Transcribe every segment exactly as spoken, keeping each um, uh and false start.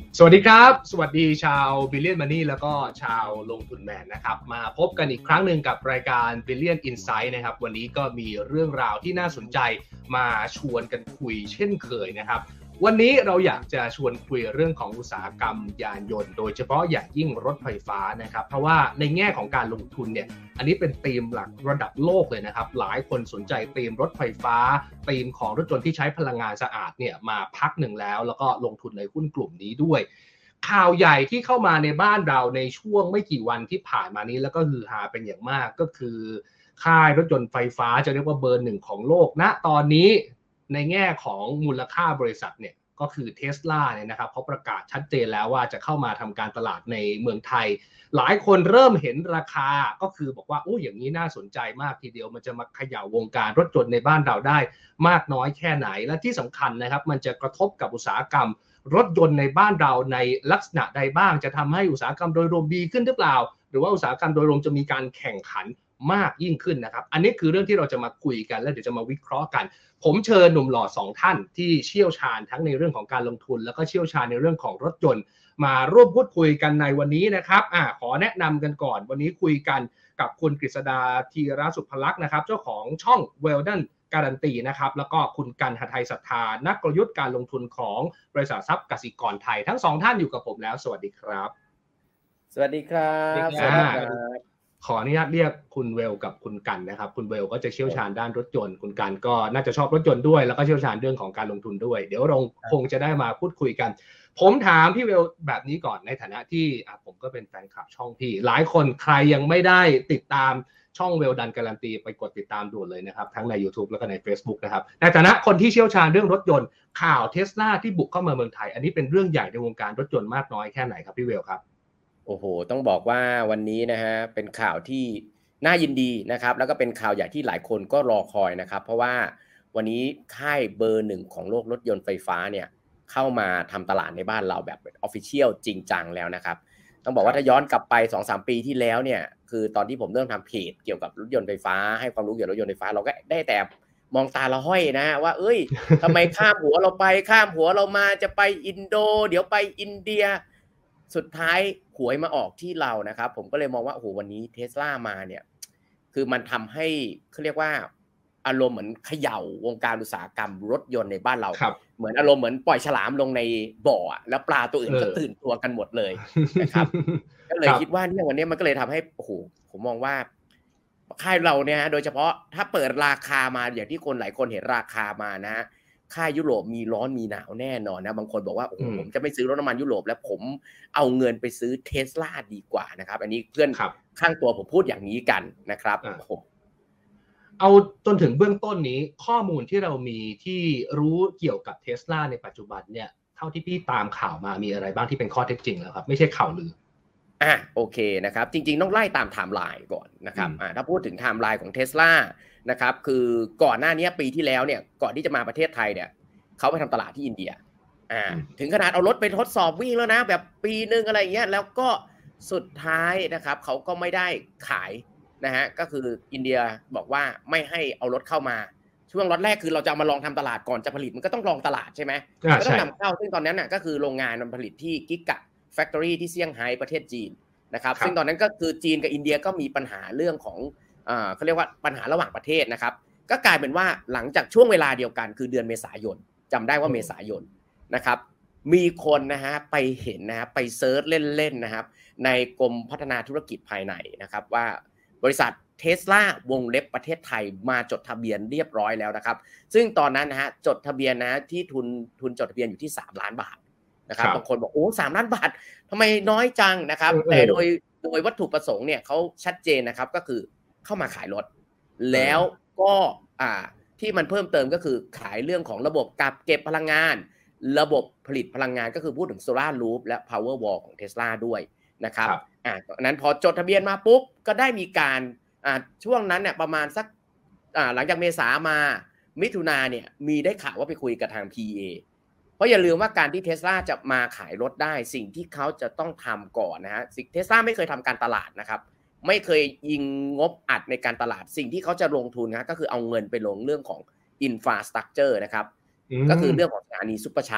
สวัสดีครับสวัสดีชาว Billion Money แล้วก็ชาวลงทุนแมนนะครับมาพบกันอีกครั้งหนึ่งกับรายการ Billion Insight นะครับวันนี้ก็มีเรื่องราวที่น่าสนใจมาชวนกันคุยเช่นเคยนะครับวันนี้เราอยากจะชวนคุยเรื่องของอุตสาหกรรมยานยนต์โดยเฉพาะอย่างยิ่งรถไฟฟ้านะครับเพราะว่าในแง่ของการลงทุนเนี่ยอันนี้เป็นธีมหลักระดับโลกเลยนะครับหลายคนสนใจธีมรถไฟฟ้าธีมของรถยนต์ที่ใช้พลังงานสะอาดเนี่ยมาพักหนึ่งแล้วแล้วก็ลงทุนในหุ้นกลุ่มนี้ด้วยข่าวใหญ่ที่เข้ามาในบ้านเราในช่วงไม่กี่วันที่ผ่านมานี้แล้วก็ฮือฮาเป็นอย่างมากก็คือค่ายรถยนต์ไฟฟ้าจะเรียกว่าเบอร์หนึ่งของโลกณตอนนี้ในแง่ของมูลค่าบริษัทเนี่ยก็คือ Tesla เนี่ยนะครับเขาประกาศชัดเจนแล้วว่าจะเข้ามาทำการตลาดในเมืองไทยหลายคนเริ่มเห็นราคาก็คือบอกว่าโอ้อย่างนี้น่าสนใจมากทีเดียวมันจะมาเขย่าวงการรถยนต์ในบ้านเราได้มากน้อยแค่ไหนและที่สำคัญนะครับมันจะกระทบกับอุตสาหกรรมรถยนต์ในบ้านเราในลักษณะใดบ้างจะทำให้อุตสาหกรรมโดยรวมดีขึ้นหรือเปล่าหรือว่าอุตสาหกรรมโดยรวมจะมีการแข่งขันมากยิ่งขึ้นนะครับอันนี้คือเรื่องที่เราจะมาคุยกันและเดี๋ยวจะมาวิเคราะห์กันผมเชิญหนุ่มหล่อสองท่านที่เชี่ยวชาญทั้งในเรื่องของการลงทุนแล้วก็เชี่ยวชาญในเรื่องของรถยนต์มาร่วมพูดคุยกันในวันนี้นะครับอ่าขอแนะนำกันก่อนวันนี้คุยกันกับคุณกฤษดาธีรสุภลักษณ์นะครับเจ้าของช่อง Weldon การันตีนะครับแล้วก็คุณกันหทัยศรัทธานักกลยุทธ์การลงทุนของบริษัททรัพย์กสิกรไทยทั้งสองท่านอยู่กับผมแล้วสวัสดีครับสวัสดีครับสวัสดีครับขออนุญาตเรียกคุณเวลกับคุณกันนะครับคุณเวลก็จะเชี่ยวชาญด้านรถยนต์คุณกันก็น่าจะชอบรถยนต์ด้วยแล้วก็เชี่ยวชาญเรื่องของการลงทุนด้วยเดี๋ยวเราคงจะได้มาพูดคุยกันผมถามพี่เวลแบบนี้ก่อนในฐานะที่ผมก็เป็นแฟนคลับช่องพี่หลายคนใครยังไม่ได้ติดตามช่องเวลดันการันตีไปกดติดตามด่วนเลยนะครับทั้งใน YouTube แล้วก็ใน Facebook นะครับในฐานะคนที่เชี่ยวชาญเรื่องรถยนต์ข่าว Tesla ที่บุกเข้ามาเมืองไทยอันนี้เป็นเรื่องใหญ่ในวงการรถยนต์มากน้อยแค่ไหนครับพี่เวลครับโอ้โหต้องบอกว่าวันนี้นะฮะเป็นข่าวที่น่ายินดีนะครับแล้วก็เป็นข่าวใหญ่ที่หลายคนก็รอคอยนะครับเพราะว่าวันนี้ค่ายเบอร์หนึ่งของโลกรถยนต์ไฟฟ้าเนี่ยเข้ามาทำตลาดในบ้านเราแบบ Official จริงจังแล้วนะครับต้องบอกว่าถ้าย้อนกลับไป สองถึงสาม ปีที่แล้วเนี่ยคือตอนที่ผมเริ่มทำเพจเกี่ยวกับรถยนต์ไฟฟ้าให้ความรู้เกี่ยวกับรถยนต์ไฟฟ้าเราก็ได้แต่มองตาละห้อยนะว่าเอ้ยทำไมข้ามหัวเราไปข้ามหัวเรามาจะไปอินโดเดี๋ยวไปอินเดียสุดท้ายหวยมาออกที่เรานะครับผมก็เลยมองว่าโอ้โหวันนี้ Tesla มาเนี่ยคือมันทำให้เขาเรียกว่าอารมณ์เหมือนเขย่าวงการอุตสาหกรรมรถยนต์ในบ้านเราเหมือนอารมณ์เหมือนปล่อยฉลามลงในบ่อแล้วปลาตัวอื่นก็ตื่นตัวกันหมดเลยนะครับก็เลยคิดว่าเนี่ยวันนี้มันก็เลยทำให้โอ้โหผมมองว่าค่ายเราเนี่ยโดยเฉพาะถ้าเปิดราคามาอย่างที่คนหลายคนเห็นราคามานะค่ายยุโรปมีร้อนมีหนาวแน่นอนนะบางคนบอกว่าโอ้โหผมจะไม่ซื้อรถน้ำมันยุโรปแล้วผมเอาเงินไปซื้อ Tesla ดีกว่านะครับอันนี้เพื่อนข้างตัวผมพูดอย่างนี้กันนะครับเอาจนถึงเบื้องต้นนี้ข้อมูลที่เรามีที่รู้เกี่ยวกับ Tesla ในปัจจุบันเนี่ยเท่าที่พี่ตามข่าวมามีอะไรบ้างที่เป็นข้อเท็จจริงแล้วครับไม่ใช่ข่าวลืออ่ะโอเคนะครับจริงๆต้องไล่ตามไทม์ไลน์ก่อนนะครับอ่าถ้าพูดถึงไทม์ไลน์ของ Tesla นะครับคือก่อนหน้านี้ปีที่แล้วเนี่ยก่อนที่จะมาประเทศไทยเนี่ยเขาไปทำตลาดที่อินเดียอ่าถึงขนาดเอารถไปทดสอบวิ่งแล้วนะแบบปีนึงอะไรอย่างเงี้ยแล้วก็สุดท้ายนะครับเขาก็ไม่ได้ขายนะฮะก็คืออินเดียบอกว่าไม่ให้เอารถเข้ามาช่วงล็อตแรกคือเราจะมาลองทำตลาดก่อนจะผลิตมันก็ต้องลองตลาดใช่ไหมก็ต้องนำเข้าซึ่งตอนนั้นน่ะก็คือโรงงานมันผลิตที่กิกะแฟคทอรี่ที่เซี่ยงไฮ้ประเทศจีนนะครับซึ่งตอนนั้นก็คือจีนกับอินเดียก็มีปัญหาเรื่องของอ่าเขาเรียกว่าปัญหาระหว่างประเทศนะครับก็กลายเป็นว่าหลังจากช่วงเวลาเดียวกันคือเดือนเมษายนจำได้ว่าเมษายนนะครับมีคนนะฮะไปเห็นนะฮะไปเซิร์ชเล่นๆนะครับในกรมพัฒนาธุรกิจภายในนะครับว่าบริษัท Tesla วงเล็บประเทศไทยมาจดทะเบียนเรียบร้อยแล้วนะครับซึ่งตอนนั้นนะฮะจดทะเบียนนะที่ทุนทุนจดทะเบียนอยู่ที่สามล้านบาทนะครับบางคนบอกโอ้สามล้านบาททำไมน้อยจังนะครับแต่โดยโดยวัตถุประสงค์เนี่ยเขาชัดเจนนะครับก็คือเข้ามาขายรถแล้วก็อ่าที่มันเพิ่มเติมก็คือขายเรื่องของระบบกักเก็บพลังงานระบบผลิตพลังงานก็คือพูดถึง Solar Loop และ Powerwall ของ Tesla ด้วยนะครับอ่านั้นพอจดทะเบียนมาปุ๊บก็ได้มีการอ่าช่วงนั้นเนี่ยประมาณสักอ่าหลังจากเมษามามิถุนาเนี่ยมีได้ข่าวว่าไปคุยกับทาง พี เอ เพราะอย่าลืมว่าการที่ Tesla จะมาขายรถได้สิ่งที่เขาจะต้องทำก่อนนะฮะ Tesla ไม่เคยทำการตลาดนะครับไม่เคยยิงงบอัดในการตลาดสิ่งที่เขาจะลงทุนนะก็คือเอาเงินไปลงเรื่องของ infrastructure นะครับก็คือเรื่องของสถานีซุปเปอร์ชาร์จ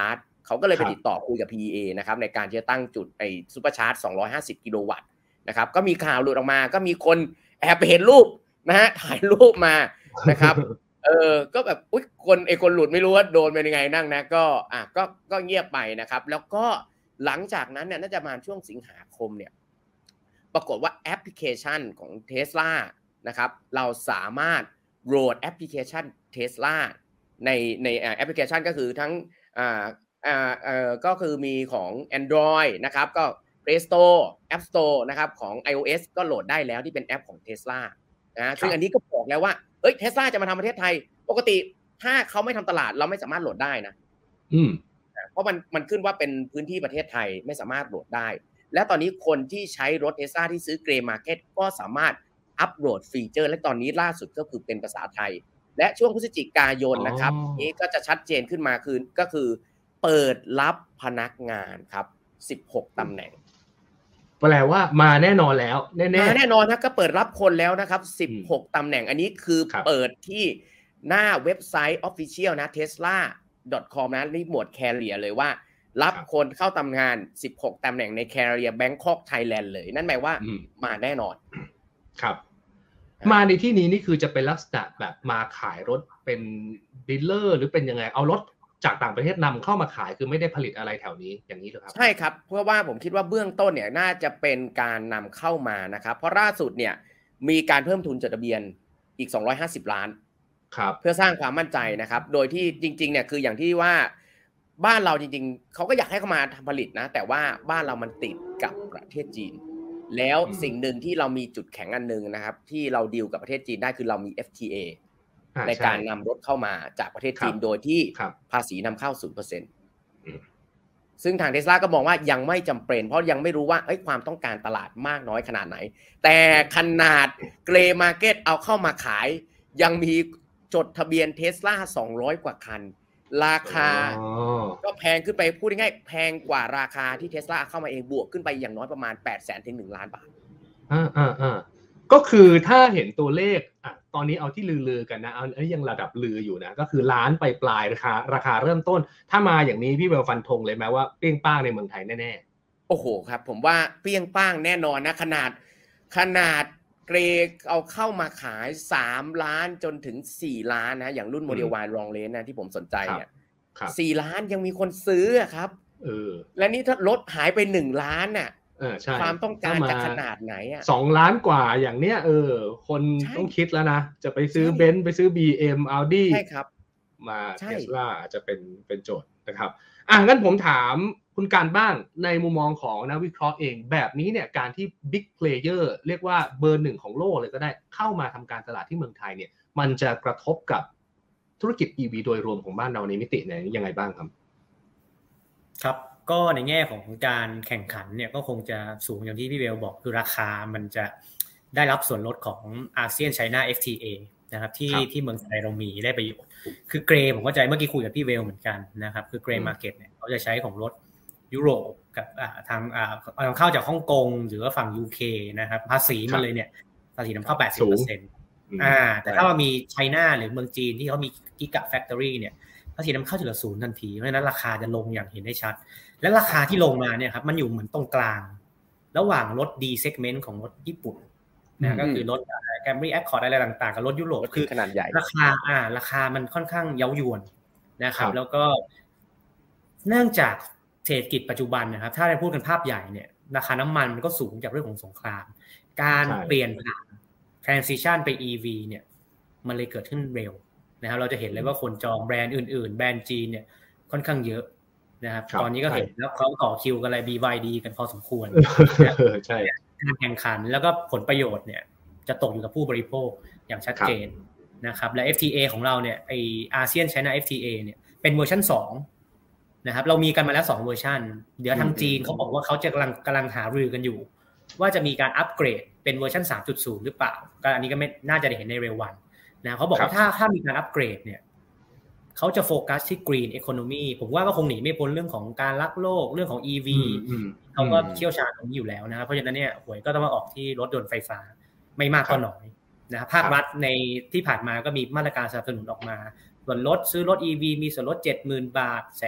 เขาก็เลยไปติดต่อคุยกับ พี อี เอ นะครับในการที่จะตั้งจุดไอ้ซุปเปอร์ชาร์จสองร้อยห้าสิบกิโลวัตต์นะครับก็มีข่าวหลุดออกมาก็มีคนแอบไปเห็นรูปนะฮะถ่ายรูปมานะครับเออก็แบบอุ๊ยคนไอ้คนหลุดไม่รู้ว่าโดนเป็นยังไงนั่งนะก็อ่ะก็ก็เงียบไปนะครับแล้วก็หลังจากนั้นเนี่ยน่าจะมาช่วงสิงหาคมเนี่ยปรากฏว่าแอปพลิเคชันของ Tesla นะครับเราสามารถโหลดแอปพลิเคชัน Tesla ในในแอปพลิเคชันก็คือทั้งอ่าอ่าเอ่อก็คือมีของ Android นะครับก็ Play Store App Store นะครับของ iOS ก็โหลดได้แล้วที่เป็นแอปของ Tesla นะซึ่งอันนี้ก็บอกแล้วว่าเอ้ย Tesla จะมาทำประเทศไทยปกติถ้าเขาไม่ทำตลาดเราไม่สามารถโหลดได้นะอืมเพราะมันมันขึ้นว่าเป็นพื้นที่ประเทศไทยไม่สามารถโหลดได้และตอนนี้คนที่ใช้รถ Tesla ที่ซื้อ Gray Market ก็สามารถอัปโหลดฟีเจอร์และตอนนี้ล่าสุดก็คือเป็นภาษาไทยและช่วงพฤศจิกายนนะครับนี้ก็จะชัดเจนขึ้นมาคือก็คือเปิดรับพนักงานครับสิบหกตำแหน่งแปลว่ามาแน่นอนแล้วแน่ๆมาแน่นอนนะก็เปิดรับคนแล้วนะครับสิบหกตำแหน่งอันนี้คือเปิดที่หน้าเว็บไซต์ Official นะ tesla ดอท คอม นะนี่หมวด Career เลยว่ารับคนเข้าทำงานสิบหกตำแหน่งใน Career Bangkok Thailand เลยนั่นหมายว่ามาแน่นอนครับมาในที่นี้นี่คือจะเป็นลักษณะแบบมาขายรถเป็นดีลเลอร์หรือเป็นยังไงเอารถจากต่างประเทศนำเข้ามาขายคือไม่ได้ผลิตอะไรแถวนี้อย่างนี้หรอครับใช่ครับเพราะว่าผมคิดว่าเบื้องต้นเนี่ยน่าจะเป็นการนำเข้ามานะครับเพราะล่าสุดเนี่ยมีการเพิ่มทุนจดทะเบียนอีกสองร้อยห้าสิบล้านครับเพื่อสร้างความมั่นใจนะครับโดยที่จริงๆเนี่ยคืออย่างที่ว่าบ้านเราจริงๆเขาก็อยากให้เข้ามาทำผลิตนะแต่ว่าบ้านเรามันติดกับประเทศจีนแล้วสิ่งหนึ่งที่เรามีจุดแข็งอันนึงนะครับที่เราดีลกับประเทศจีนได้คือเรามี เอฟ ที เอ ในการนำรถเข้ามาจากประเทศจีนโดยที่ภาษีนำเข้า ศูนย์เปอร์เซ็นต์ ซึ่งทาง Tesla ก็มองว่ายังไม่จำเป็นเพราะยังไม่รู้ว่าความต้องการตลาดมากน้อยขนาดไหนแต่ขนาด Gray Market เอาเข้ามาขายยังมีจดทะเบียน Tesla สองร้อยกว่าคันราคาก็แพงขึ้นไปพูดง่ายๆแพงกว่าราคาที่ Tesla เข้ามาเองบวกขึ้นไปอย่างน้อยประมาณ แปดแสน ถึง หนึ่ง ล้านบาทอ่าๆๆก็คือถ้าเห็นตัวเลขอ่ะตอนนี้เอาที่ลือๆกันนะเอาอันนี้ยังระดับลืออยู่นะก็คือล้านไปปลายราคาราคาเริ่มต้นถ้ามาอย่างนี้พี่เวลฟันธงเลยไหมว่าเปรี้ยงป้างในเมืองไทยแน่ๆโอ้โหครับผมว่าเปรี้ยงป้างแน่นอนนะขนาดขนาดเกรเอาเข้ามาขายสามล้านจนถึงสี่ล้านนะอย่างรุ่น Model Y Long Range นะที่ผมสนใจเนี่ยสี่ล้านยังมีคนซื้อครับเออและนี่ถ้ารถหายไปหนึ่งล้านน่ะเออใช่ความต้องการจะขนาดไหนอ่ะสองล้านกว่าอย่างเนี้ยเออคนต้องคิดแล้วนะจะไปซื้อ Benz ไปซื้อ บี เอ็ม Audi ใช่ครับมา Tesla จะเป็นเป็นโจทย์นะครับอ่ะงั้นผมถามคุณการบ้างในมุมมองของนักวิเคราะห์เองแบบนี้เนี่ยการที่ Big Player เรียกว่าเบอร์หนึ่งของโลกเลยก็ได้เข้ามาทำการตลาดที่เมืองไทยเนี่ยมันจะกระทบกับธุรกิจ อี วี โดยรวมของบ้านเราในมิติไหนยังไงบ้างครับครับก็ในแง่ของการแข่งขันเนี่ยก็คงจะสูงอย่างที่พี่เวลบอกคือราคามันจะได้รับส่วนลดของอาเซียนไชน่า เอฟ ที เอ นะครับที่ที่เมืองไทยเรามีได้ประโยชน์คือเกรผมเข้าใจเมื่อกี้คุยกับพี่เวลเหมือนกันนะครับคือเกรมาร์เก็ตเนี่ยเขาจะใช้ของรถยุโรปกับทางนำเข้าจากฮ่องกงหรือว่าฝั่ง ยู เค นะครับภาษีมันเลยเนี่ยภาษีนำเข้า แปดสิบเปอร์เซ็นต์ อ่าแต่ถ้าเรามีไชน่าหรือเมืองจีนที่เขามีกิกะแฟคทอรี่เนี่ยภาษีนำเข้าจะเหลือศูนย์ทันทีเพราะฉะนั้นราคาจะลงอย่างเห็นได้ชัดและราคาที่ลงมาเนี่ยครับมันอยู่เหมือนตรงกลางระหว่างรถ D segment ของรถญี่ปุ่นนะก็คือรถ Camry Accord อะไรต่างๆกับรถยุโรปคือขนาดใหญ่ราคาอ่าราคามันค่อนข้างเย้ายวนนะครับแล้วก็เนื่องจากเศรษฐกิจปัจจุบันนะครับถ้าเราพูดกันภาพใหญ่เนี่ยราคาน้ำมันมันก็สูงจากเรื่องของสงครามการเปลี่ยนผ่าน transition ไป อี วี เนี่ยมันเลยเกิดขึ้นเร็วนะครับเราจะเห็นเลยว่าคนจองแบรนด์อื่นๆแบรนด์จีนเนี่ยค่อนข้างเยอะนะครับตอนนี้ก็เห็นแล้วเขาต่อคิวกันอะไร บี วาย ดี กันพอสมควรใช่การแข่งขันแล้วก็ผลประโยชน์เนี่ยจะตกอยู่กับผู้บริโภคอย่างชัดเจนนะครับและ เอฟ ที เอ ของเราเนี่ยไออาเซียนไชน่า เอฟ ที เอ เนี่ยเป็นเวอร์ชั่นสองนะครับเรามีกันมาแล้วสองเวอร์ชันเดี๋ยวทางจีนเขาบอกว่าเขาจะกำลังกำลังหารือกันอยู่ว่าจะมีการอัปเกรดเป็นเวอร์ชัน สามจุดศูนย์ หรือเปล่าก็อันนี้ก็ไม่น่าจะได้เห็นในเร็ววันนะเขาบอกว่าถ้าถ้ามีการอัปเกรดเนี่ยเขาจะโฟกัสที่ Green Economy ผมว่าก็คงหนีไม่พ้นเรื่องของการรักโลกเรื่องของ อี วี เขาก็เชี่ยวชาญตรงนี้อยู่แล้วนะครับเพราะฉะนั้นเนี่ยหวยก็ต้องมาออกที่รถยนต์ไฟฟ้าไม่มากก็น้อยนะภาครัฐในที่ผ่านมาก็มีมาตรการสนับสนุนออกมาส่วนลดซื้อรถ อี วี มีส่วนลด เจ็ดหมื่น บาทแสน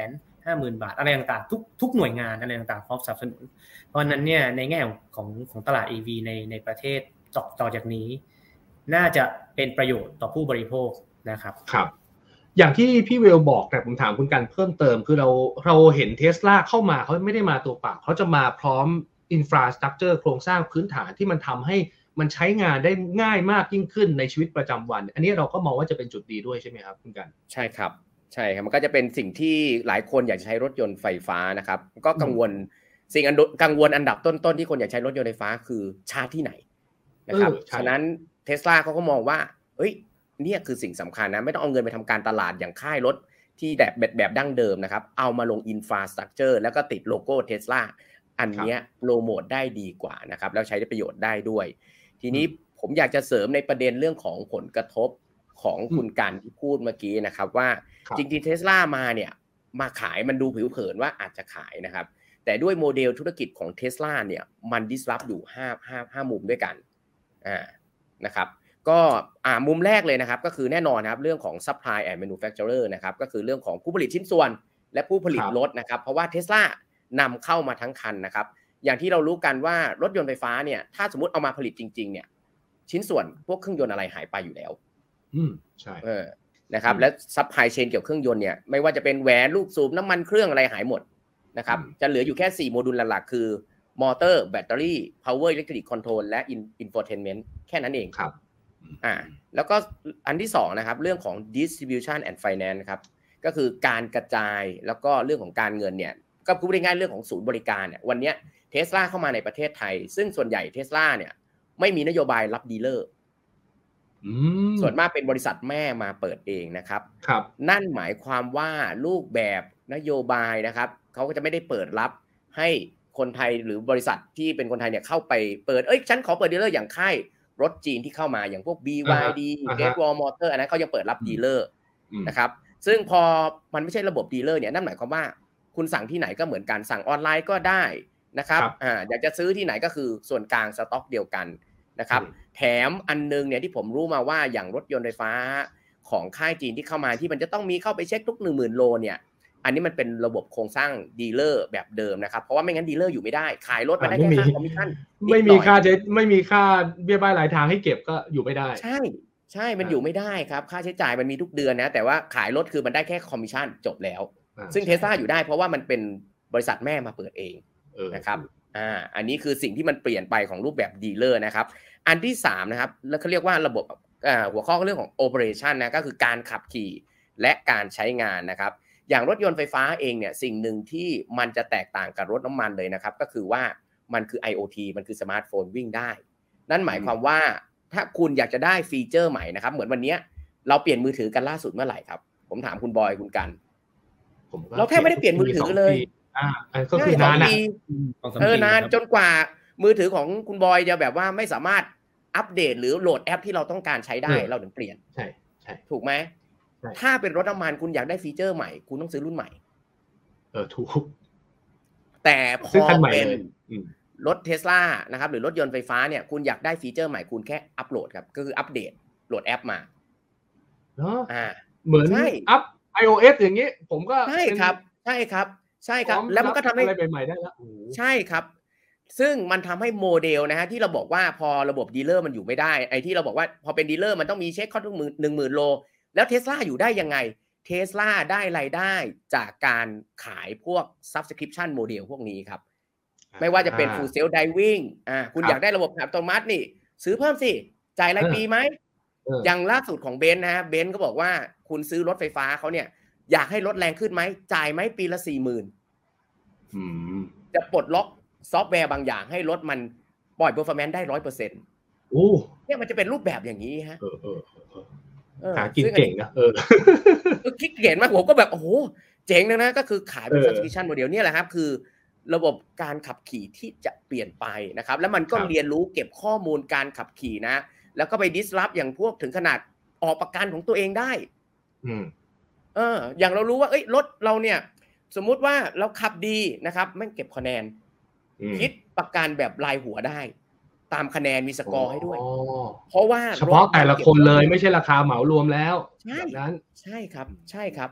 ห้าหมื่นบาทอะไรต่างๆทุกทุกหน่วยงานอะไรต่างๆพร้อมสนับสนุนเพราะนั้นเนี่ยในแง่ของของตลาด อี วี ในในประเทศต่อจากนี้น่าจะเป็นประโยชน์ต่อผู้บริโภคนะครับครับอย่างที่พี่เวลบอกแต่ผมถามคุณกันเพิ่มเติมคือเราเราเห็น Tesla เข้ามาเขาไม่ได้มาตัวเปล่าเขาจะมาพร้อม infrastructure โครงสร้างพื้นฐานที่มันทำให้มันใช้งานได้ง่ายมากยิ่งขึ้นในชีวิตประจำวันอันนี้เราก็มองว่าจะเป็นจุดดีด้วยใช่ไหมครับคุณกันใช่ครับใช่ครับมันก็จะเป็นสิ่งที่หลายคนอยากจะใช้รถยนต์ไฟฟ้านะครับก็กังวลสิ่งกังวลอันดับต้นๆที่คนอยากใช้รถยนต์ไฟฟ้าคือชาร์จที่ไหนนะครับฉะนั้น Tesla เขาก็มองว่าเอ้ยเนี่ยคือสิ่งสำคัญนะไม่ต้องเอาเงินไปทำการตลาดอย่างค่ายรถที่แบบแบบแบบดั้งเดิมนะครับเอามาลงอินฟราสตรัคเจอร์แล้วก็ติดโลโก้ Tesla อันเนี้ยโปรโมทได้ดีกว่านะครับแล้วใช้ได้ประโยชน์ได้ด้วยทีนี้ผมอยากจะเสริมในประเด็นเรื่องของผลกระทบของคุณกันที่พูดเมื่อกี้นะครับว่าจริงๆ Tesla มาเนี่ยมาขายมันดูผิวเผินว่าอาจจะขายนะครับแต่ด้วยโมเดลธุรกิจของ Tesla เนี่ยมัน disrupt อยู่ห้า ห้า ห้ามุมด้วยกันอ่านะครับก็อ่ามุมแรกเลยนะครับก็คือแน่นอนครับเรื่องของ supply and manufacturer นะครับก็คือเรื่องของผู้ผลิตชิ้นส่วนและผู้ผลิตรถนะครับเพราะว่า Tesla นำเข้ามาทั้งคันนะครับอย่างที่เรารู้กันว่ารถยนต์ไฟฟ้าเนี่ยถ้าสมมุติเอามาผลิตจริงๆเนี่ยชิ้นส่วนพวกเครื่องยนต์อะไรหายไปอยู่แล้วอืมใช่เออนะครับและ supply chain เกี่ยวกับเครื่องยนต์เนี่ยไม่ว่าจะเป็นแหวนลูกสูบน้ำมันเครื่องอะไรหายหมดนะครับจะเหลืออยู่แค่สี่โมดูลหลักๆคือมอเตอร์แบตเตอรี่ power electric control และ infotainment แค่นั้นเองครับอ่าแล้วก็อันที่สองนะครับเรื่องของ distribution and finance ครับก็คือการกระจายแล้วก็เรื่องของการเงินเนี่ยก็พูดง่ายๆเรื่องของศูนย์บริการเนี่ยวันนี้ Tesla เข้ามาในประเทศไทยซึ่งส่วนใหญ่ Tesla เนี่ยไม่มีนโยบายรับดีลเลอร์ส่วนมากเป็นบริษัทแม่มาเปิดเองนะครับครับนั่นหมายความว่ารูปแบบนโยบายนะครับเขาก็จะไม่ได้เปิดรับให้คนไทยหรือบริษัทที่เป็นคนไทยเนี่ยเข้าไปเปิดเอ้ยฉันขอเปิดดีลเลอร์อย่างค่ายรถจีนที่เข้ามาอย่างพวก บี วาย ดี Great Wall Motor อันนั้นเขายังเปิดรับดีลเลอร์นะครับซึ่งพอมันไม่ใช่ระบบดีลเลอร์เนี่ยนั่นหมายความว่าคุณสั่งที่ไหนก็เหมือนกันสั่งออนไลน์ก็ได้นะครับอ่าอยากจะซื้อที่ไหนก็คือส่วนกลางสต็อกเดียวกันนะครับแถมอันนึงเนี่ยที่ผมรู้มาว่าอย่างรถยนต์ไฟฟ้าของค่ายจีนที่เข้ามาที่มันจะต้องมีเข้าไปเช็คทุก หนึ่งหมื่น โลเนี่ยอันนี้มันเป็นระบบโครงสร้างดีลเลอร์แบบเดิมนะครับเพราะว่าไม่งั้นดีลเลอร์อยู่ไม่ได้ขายรถมาได้แค่ค่าคอมมิชชั่นไม่มีค่าเจ๊ไม่มีค่าเบี้ยบ้ายรายทางให้เก็บก็อยู่ไม่ได้ใช่ใช่มันอยู่ไม่ได้ครับค่าใช้จ่ายมันมีทุกเดือนนะแต่ว่าขายรถคือมันได้แค่คอมมิชชั่นจบแล้วซึ่ง Tesla อยู่ได้เพราะว่ามันเป็นบริษัทแม่มาเปิดเองนะครับอ่าอันนี้คือสิ่งที่มันเปลี่ยนไปของรูปแบบดีลเลอร์นะครับอันที่สามนะครับแล้วเขาเรียกว่าระบบอ่าหัวข้อเรื่องของ operation นะก็คือการขับขี่และการใช้งานนะครับอย่างรถยนต์ไฟฟ้าเองเนี่ยสิ่งหนึ่งที่มันจะแตกต่างกับรถน้ำมันเลยนะครับก็คือว่ามันคือ ไอ โอ ที มันคือสมาร์ทโฟนวิ่งได้นั่นหมายความว่าถ้าคุณอยากจะได้ฟีเจอร์ใหม่นะครับเหมือนวันนี้เราเปลี่ยนมือถือกันล่าสุดเมื่อไหร่ครับผมถามคุณบอยคุณกันเราแทบไม่ได้เปลี่ยนมือถือเลยอ่าก็คือนานนะเออนานจนกว่ามือถือของคุณบอยจะแบบว่าไม่สามารถอัปเดตหรือโหลดแอปที่เราต้องการใช้ได้เราถึงเปลี่ยนใช่ใช่ถูกไหมถ้าเป็นรถน้ำมันคุณอยากได้ฟีเจอร์ใหม่คุณต้องซื้อรุ่นใหม่เออถูกแต่พอเป็นรถ Tesla นะครับหรือรถยนต์ไฟฟ้าเนี่ยคุณอยากได้ฟีเจอร์ใหม่คุณแค่อัปโหลดครับก็คืออัปเดตโหลดแอปมาเนาะอ่าเหมือนอัพ iOS อย่างงี้ผมก็ใช่ครับใช่ครับใช่ครับแล้วมันก็ทำให้อะไรใหม่ๆได้แล้วใช่ครับซึ่งมันทำให้โมเดลนะฮะที่เราบอกว่าพอระบบดีลเลอร์มันอยู่ไม่ได้ไอ้ที่เราบอกว่าพอเป็นดีลเลอร์มันต้องมีเช็คข้อทุกหมื่นหนึ่งหมื่นโลแล้ว Tesla อยู่ได้ยังไง Tesla ได้รายได้จากการขายพวก Subscription Model พวกนี้ครับไม่ว่าจะเป็น Full Self Driving อ่าคุณอยากได้ระบบขับอัตโนมัตินี่ซื้อเพิ่มสิจ่ายรายปีไหมอย่างล่าสุดของเบนซ์นะฮะเบนซ์ก็บอกว่าคุณซื้อรถไฟฟ้าเขาเนี่ยอยากให้รถแรงขึ้นไหมจ่ายไหมปีละ สี่หมื่นอืมจะปลดล็อกซอฟต์แวร์บางอย่างให้รถมันปล่อย performance ได้ หนึ่งร้อยเปอร์เซ็นต์โอ้เนี่ยมันจะเป็นรูปแบบอย่างนี้ฮะเออๆหากินเก่งนะเออคิดเก่งมากผมก็แบบโอ้โหเจ๋งนะนะก็คือขายเป็น subscription model เนี่ยแหละครับคือระบบการขับขี่ที่จะเปลี่ยนไปนะครับแล้วมันก็เรียนรู้เก็บข้อมูลการขับขี่นะแล้วก็ไป disrupt อย่างพวกถึงขนาดออกประกันของตัวเองได้อืมเอออย่างเรารู้ว่าเอ้ยรถเราเนี่ยสมมุติว่าเราขับดีนะครับไม่เก็บคะแนนคิดประกันแบบรายหัวได้ตามคะแนนมีสกอร์ให้ด้วยเพราะว่าเฉพาะแต่ละคนเลยไม่ใช่ราคาเหมารวมแล้วใช่นั้นใช่ครับใช่ครับ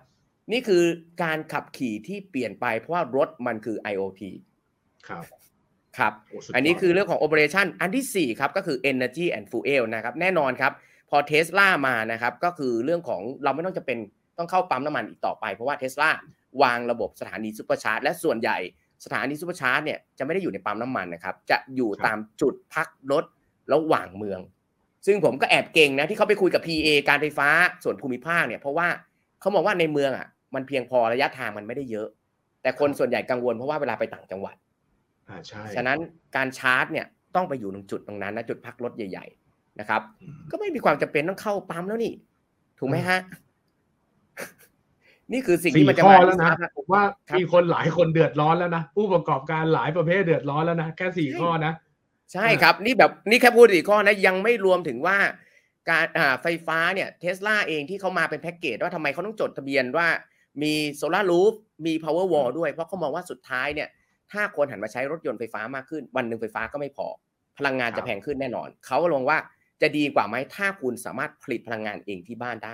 นี่คือการขับขี่ที่เปลี่ยนไปเพราะว่ารถมันคือ ไอ โอ ทีครับครับอันนี้คือเรื่องของ operation อันที่สี่ครับก็คือ energy and fuel นะครับแน่นอนครับพอ Tesla มานะครับก็คือเรื่องของเราไม่ต้องจะเป็นต้องเข้าปั๊มน้ำมันอีกต่อไปเพราะว่า Tesla วางระบบสถานีซุปเปอร์ชาร์จและส่วนใหญ่สถานีซุปเปอร์ชาร์จเนี่ยจะไม่ได้อยู่ในปั๊มน้ำมันนะครับจะอยู่ตามจุดพักรถระหว่างเมืองซึ่งผมก็แอบเก่งนะที่เขาไปคุยกับ พี เอ การไฟฟ้าส่วนภูมิภาคเนี่ยเพราะว่าเขามองว่าในเมืองอ่ะมันเพียงพอระยะทางมันไม่ได้เยอะแต่คนส่วนใหญ่กังวลเพราะว่าเวลาไปต่างจังหวัดอ่าใช่ฉะนั้นการชาร์จเนี่ยต้องไปอยู่ตรงจุดตรงนั้นนะจุดพักรถใหญ่ๆนะครับก็ไม่มีความจำเป็นต้องเข้าปั๊มแล้วนี่ถูกไหมฮะนี่คือสิ่งที่มันจะมาแล้วนะผมว่ามีคนหลายคนเดือดร้อนแล้วนะผู้ประกอบการหลายประเภทเดือดร้อนแล้วนะแค่สี่ข้อนะใช่ครับนี่แบบนี่แค่พูดสี่ข้อนะยังไม่รวมถึงว่าการอ่าไฟฟ้าเนี่ย Tesla เองที่เขามาเป็นแพ็คเกจว่าทำไมเขาต้องจดทะเบียนว่ามีโซลาร์รูฟมี power wall ด้วยเพราะเขามองว่าสุดท้ายเนี่ยถ้าคนหันมาใช้รถยนต์ไฟฟ้ามากขึ้นวันหนึ่งไฟฟ้าก็ไม่พอพลังงานจะแพงขึ้นแน่นอนเขาก็ลงว่าจะดีกว่าไหมถ้าคุณสามารถผลิตพลังงานเองที่บ้านได้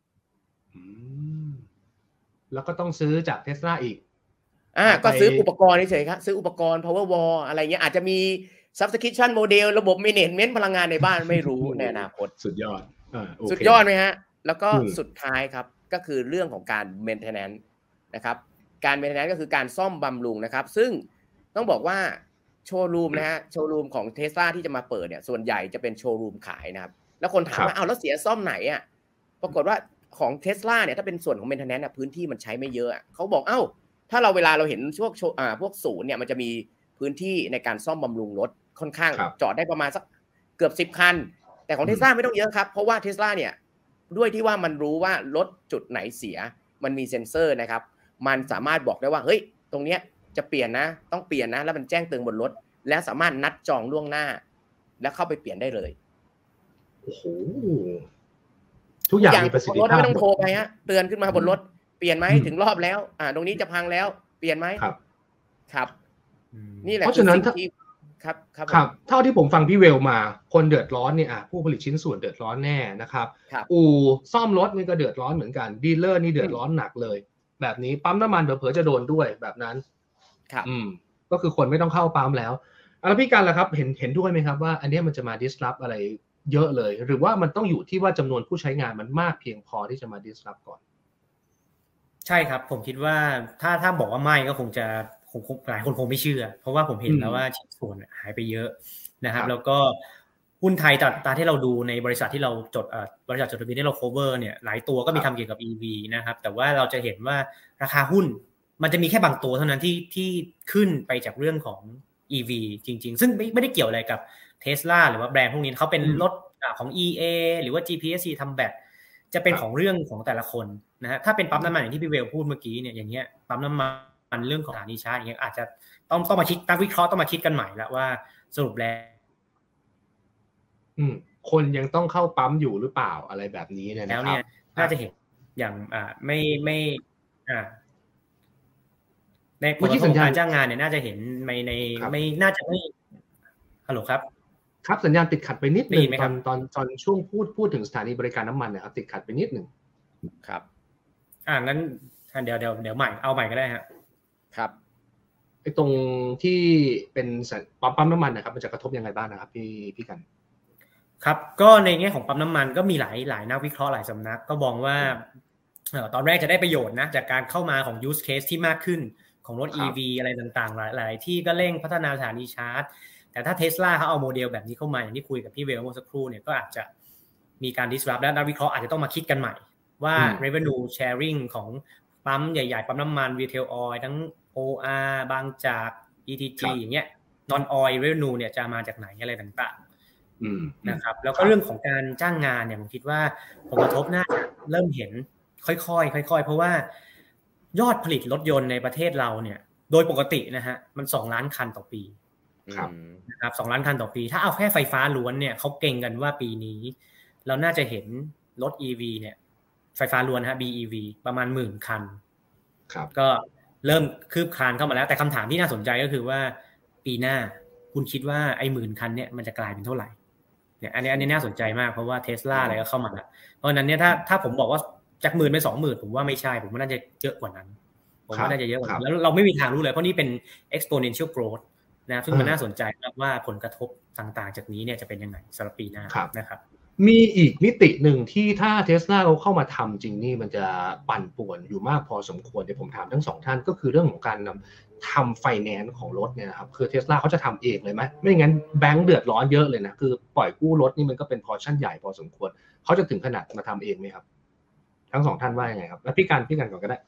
แล้วก็ต้องซื้อจาก Tesla อีกอ่าก็ซื้ออุปกรณ์เฉยๆครับซื้ออุปกรณ์ power wall อะไรเงี้ยอาจจะมี subscription model ระบบ management พลังงานในบ้านไม่รู้ในอนาคตสุดยอดอ่าโอเคสุดยอดไหมฮะแล้วก็สุดท้ายครับก็คือเรื่องของการ maintenance นะครับการ maintenance ก็คือการซ่อมบำรุงนะครับซึ่งต้องบอกว่าโชว์รูมนะฮะโชว์รูมของ Tesla ที่จะมาเปิดเนี่ยส่วนใหญ่จะเป็นโชว์รูมขายนะครับแล้วคนถามว่าอ้าวแล้วเสียซ่อมไหนอ่ะปรากฏว่าของ Tesla เนี่ยถ้าเป็นส่วนของ maintenance น่ะพื้นที่มันใช้ไม่เยอะเขาบอกเอ้าถ้าเราเวลาเราเห็นพวกอ่าพวกศูนย์เนี่ยมันจะมีพื้นที่ในการซ่อมบำรุงรถค่อนข้างจอดได้ประมาณสักเกือบสิบคันแต่ของ Tesla ไม่ต้องเยอะครับเพราะว่า Tesla เนี่ยด้วยที่ว่ามันรู้ว่ารถจุดไหนเสียมันมีเซ็นเซอร์นะครับมันสามารถบอกได้ว่าเฮ้ยตรงเนี้ยจะเปลี่ยนนะต้องเปลี่ยนนะแล้วมันแจ้งเตือนบนรถและสามารถนัดจองล่วงหน้าแล้วเข้าไปเปลี่ยนได้เลยโอ้โหทุกอย่างมีประสิทธิภาพไม่ต้องโทรไปฮะเตือนขึ้นมาบนรถเปลี่ยนไหมถึงรอบแล้วอ่าตรงนี้จะพังแล้วเปลี่ยนไหมครับครับนี่แหละเพราะฉะนั้นครับครับครับเท่าที่ผมฟังพี่เวลมาคนเดือดร้อนเนี่ยอ่ะผู้ผลิตชิ้นส่วนเดือดร้อนแน่นะครับอู่ซ่อมรถนี่ก็เดือดร้อนเหมือนกันดีลเลอร์นี่เดือดร้อนหนักเลยแบบนี้ปั๊มน้ำมันเผลอๆจะโดนด้วยแบบนั้นครับอืมก็คือคนไม่ต้องเข้าปั๊มแล้วแล้วพี่กันล่ะครับเห็นเห็นด้วยไหมครับว่าอันนี้มันจะมา disrupt อะไรเยอะเลยหรือว่ามันต้องอยู่ที่ว่าจำนวนผู้ใช้งานมันมากเพียงพอที่จะมา disrupt ก่อนใช่ครับผมคิดว่าถ้าถ้าบอกว่าไม่ก็คงจะคงหลายคนคงไม่เชื่อเพราะว่าผมเห็นแล้วว่าชิ้นส่วนหายไปเยอะนะครับแล้วก็หุ้นไทยตามที่เราดูในบริษัทที่เราจดบริษัทจดทะเบียนที่เรา cover เนี่ยหลายตัวก็มีทำเกี่ยวกับ อี วี นะครับแต่ว่าเราจะเห็นว่าราคาหุ้นมันจะมีแค่บางตัวเท่านั้นที่ที่ขึ้นไปจากเรื่องของ อี วี จริงๆซึ่งไม่ไม่ได้เกี่ยวอะไรกับ Tesla หรือว่าแบรนด์พวกนี้เขาเป็นรถของ อี เอ หรือว่า จี พี เอส ซี ทำแบตจะเป็นของเรื่องของแต่ละคนนะฮะถ้าเป็นปั๊มน้ำมันอย่างที่พี่เวลพูดเมื่อกี้เนี่ยอย่างเงี้ยปั๊มน้ำมันเรื่องของสถานีชาร์จอย่างเงี้ยอาจจะต้องต้องมาคิดนักวิเคราะห์ต้องมาคิดกันใหม่แล้วว่าสรุปแล้วอืมคนยังต้องเข้าปั๊มอยู่หรือเปล่าอะไรแบบนี้เนี่ยนะครับแล้วเนี่ยน่าจะเห็นอย่างอ่าไม่ไม่อ่าในผลกระทบการจ้างงานเนี่ยน่าจะเห็นในในไม่น่าจะไม่ฮัลโหลครับครับสัญญาณติดขัดไปนิดนึงตอนตอนตอนช่วงพูดพูดถึงสถานีบริการน้ำมันนะครับติดขัดไปนิดนึงครับอ่างั้นเดี๋ยวเดี๋ยวเดี๋ยวใหม่เอาใหม่ก็ได้ฮะครับไอ้ตรงที่เป็นปั๊มปั๊มน้ำมันนะครับมันจะกระทบยังไงบ้างนะครับพี่พี่กันครับก็ในแง่ของปั๊มน้ำมันก็มีหลายหลายนักวิเคราะห์หลายสำนักก็มองว่าเอ่อตอนแรกจะได้ประโยชน์นะจากการเข้ามาของ use case ที่มากขึ้นของรถ อี วี อะไรต่างๆหลายหลายที่ก็เร่งพัฒนาสถานีชาร์จแต่ถ้า Tesla เขาเอาโมเดลแบบนี้เข้ามาอย่างที่คุยกับพี่เวลเมื่อสักครู่เนี่ยก็อาจจะมีการ disrupt และนักวิเคราะห์อาจจะต้องมาคิดกันใหม่ว่า revenue sharing ของปั๊มใหญ่ๆปั๊มน้ำมัน retail oil ทั้ง โอ อาร์ บางจาก อี ที จี อย่างเงี้ย non oil revenue เนี่ยจะมาจากไหนอะไรต่างๆนะครับแล้วก็เรื่องของการจ้างงานเนี่ยผมคิดว่าผลกระทบน่าจะเริ่มเห็นค่อยๆค่อยๆเพราะว่ายอดผลิตรถยนต์ในประเทศเราเนี่ยโดยปกตินะฮะมันสองล้านคันต่อปีครับนะครับสองล้านคันต่อปีถ้าเอาแค่ไฟฟ้าล้วนเนี่ยเขาเก่งกันว่าปีนี้เราน่าจะเห็นรถ อี วี เนี่ยไฟฟ้าล้วนฮะ บี อี วี ประมาณหมื่นคันครับก็เริ่มคืบคลานเข้ามาแล้วแต่คำถามที่น่าสนใจก็คือว่าปีหน้าคุณคิดว่าไอ้หมื่นคันเนี่ยมันจะกลายเป็นเท่าไหร่เนี่ยอันนี้อันนี้น่าสนใจมากเพราะว่า Tesla อะไรก็เข้ามาแล้วเพราะฉะนั้นเนี่ยถ้าถ้าผมบอกว่าจากหมื่นเป็นสองหมื่นผมว่าไม่ใช่ผมว่าน่าจะเยอะกว่านั้นผมว่าน่าจะเยอะกว่านั้นแล้วเราไม่มีทางรู้เลยเพราะนี่เป็น exponential growth นะซึ่งมันน่าสนใจว่าผลกระทบต่างๆจากนี้เนี่ยจะเป็นยังไงสำหรับปีหน้านะครับมีอีกมิติหนึ่งที่ถ้า Tesla เขาเข้ามาทำจริงนี่มันจะปั่นป่วนอยู่มากพอสมควรเดี๋ยวผมถามทั้งสองท่านก็คือเรื่องของการทำไฟแนนซ์ของรถเนี่ยนะครับคือ Tesla เขาจะทำเองเลยไหมไม่งั้นแบงก์เดือดร้อนเยอะเลยนะคือปล่อยกู้รถนี่มันก็เป็นพอร์ชั่นใหญ่พอสมควรเขาจะถึงขนาดมาทำเองไหมครับทั้งสองท่านว่ายังไงครับแล้วพี่การพี่การก่อนก็ได้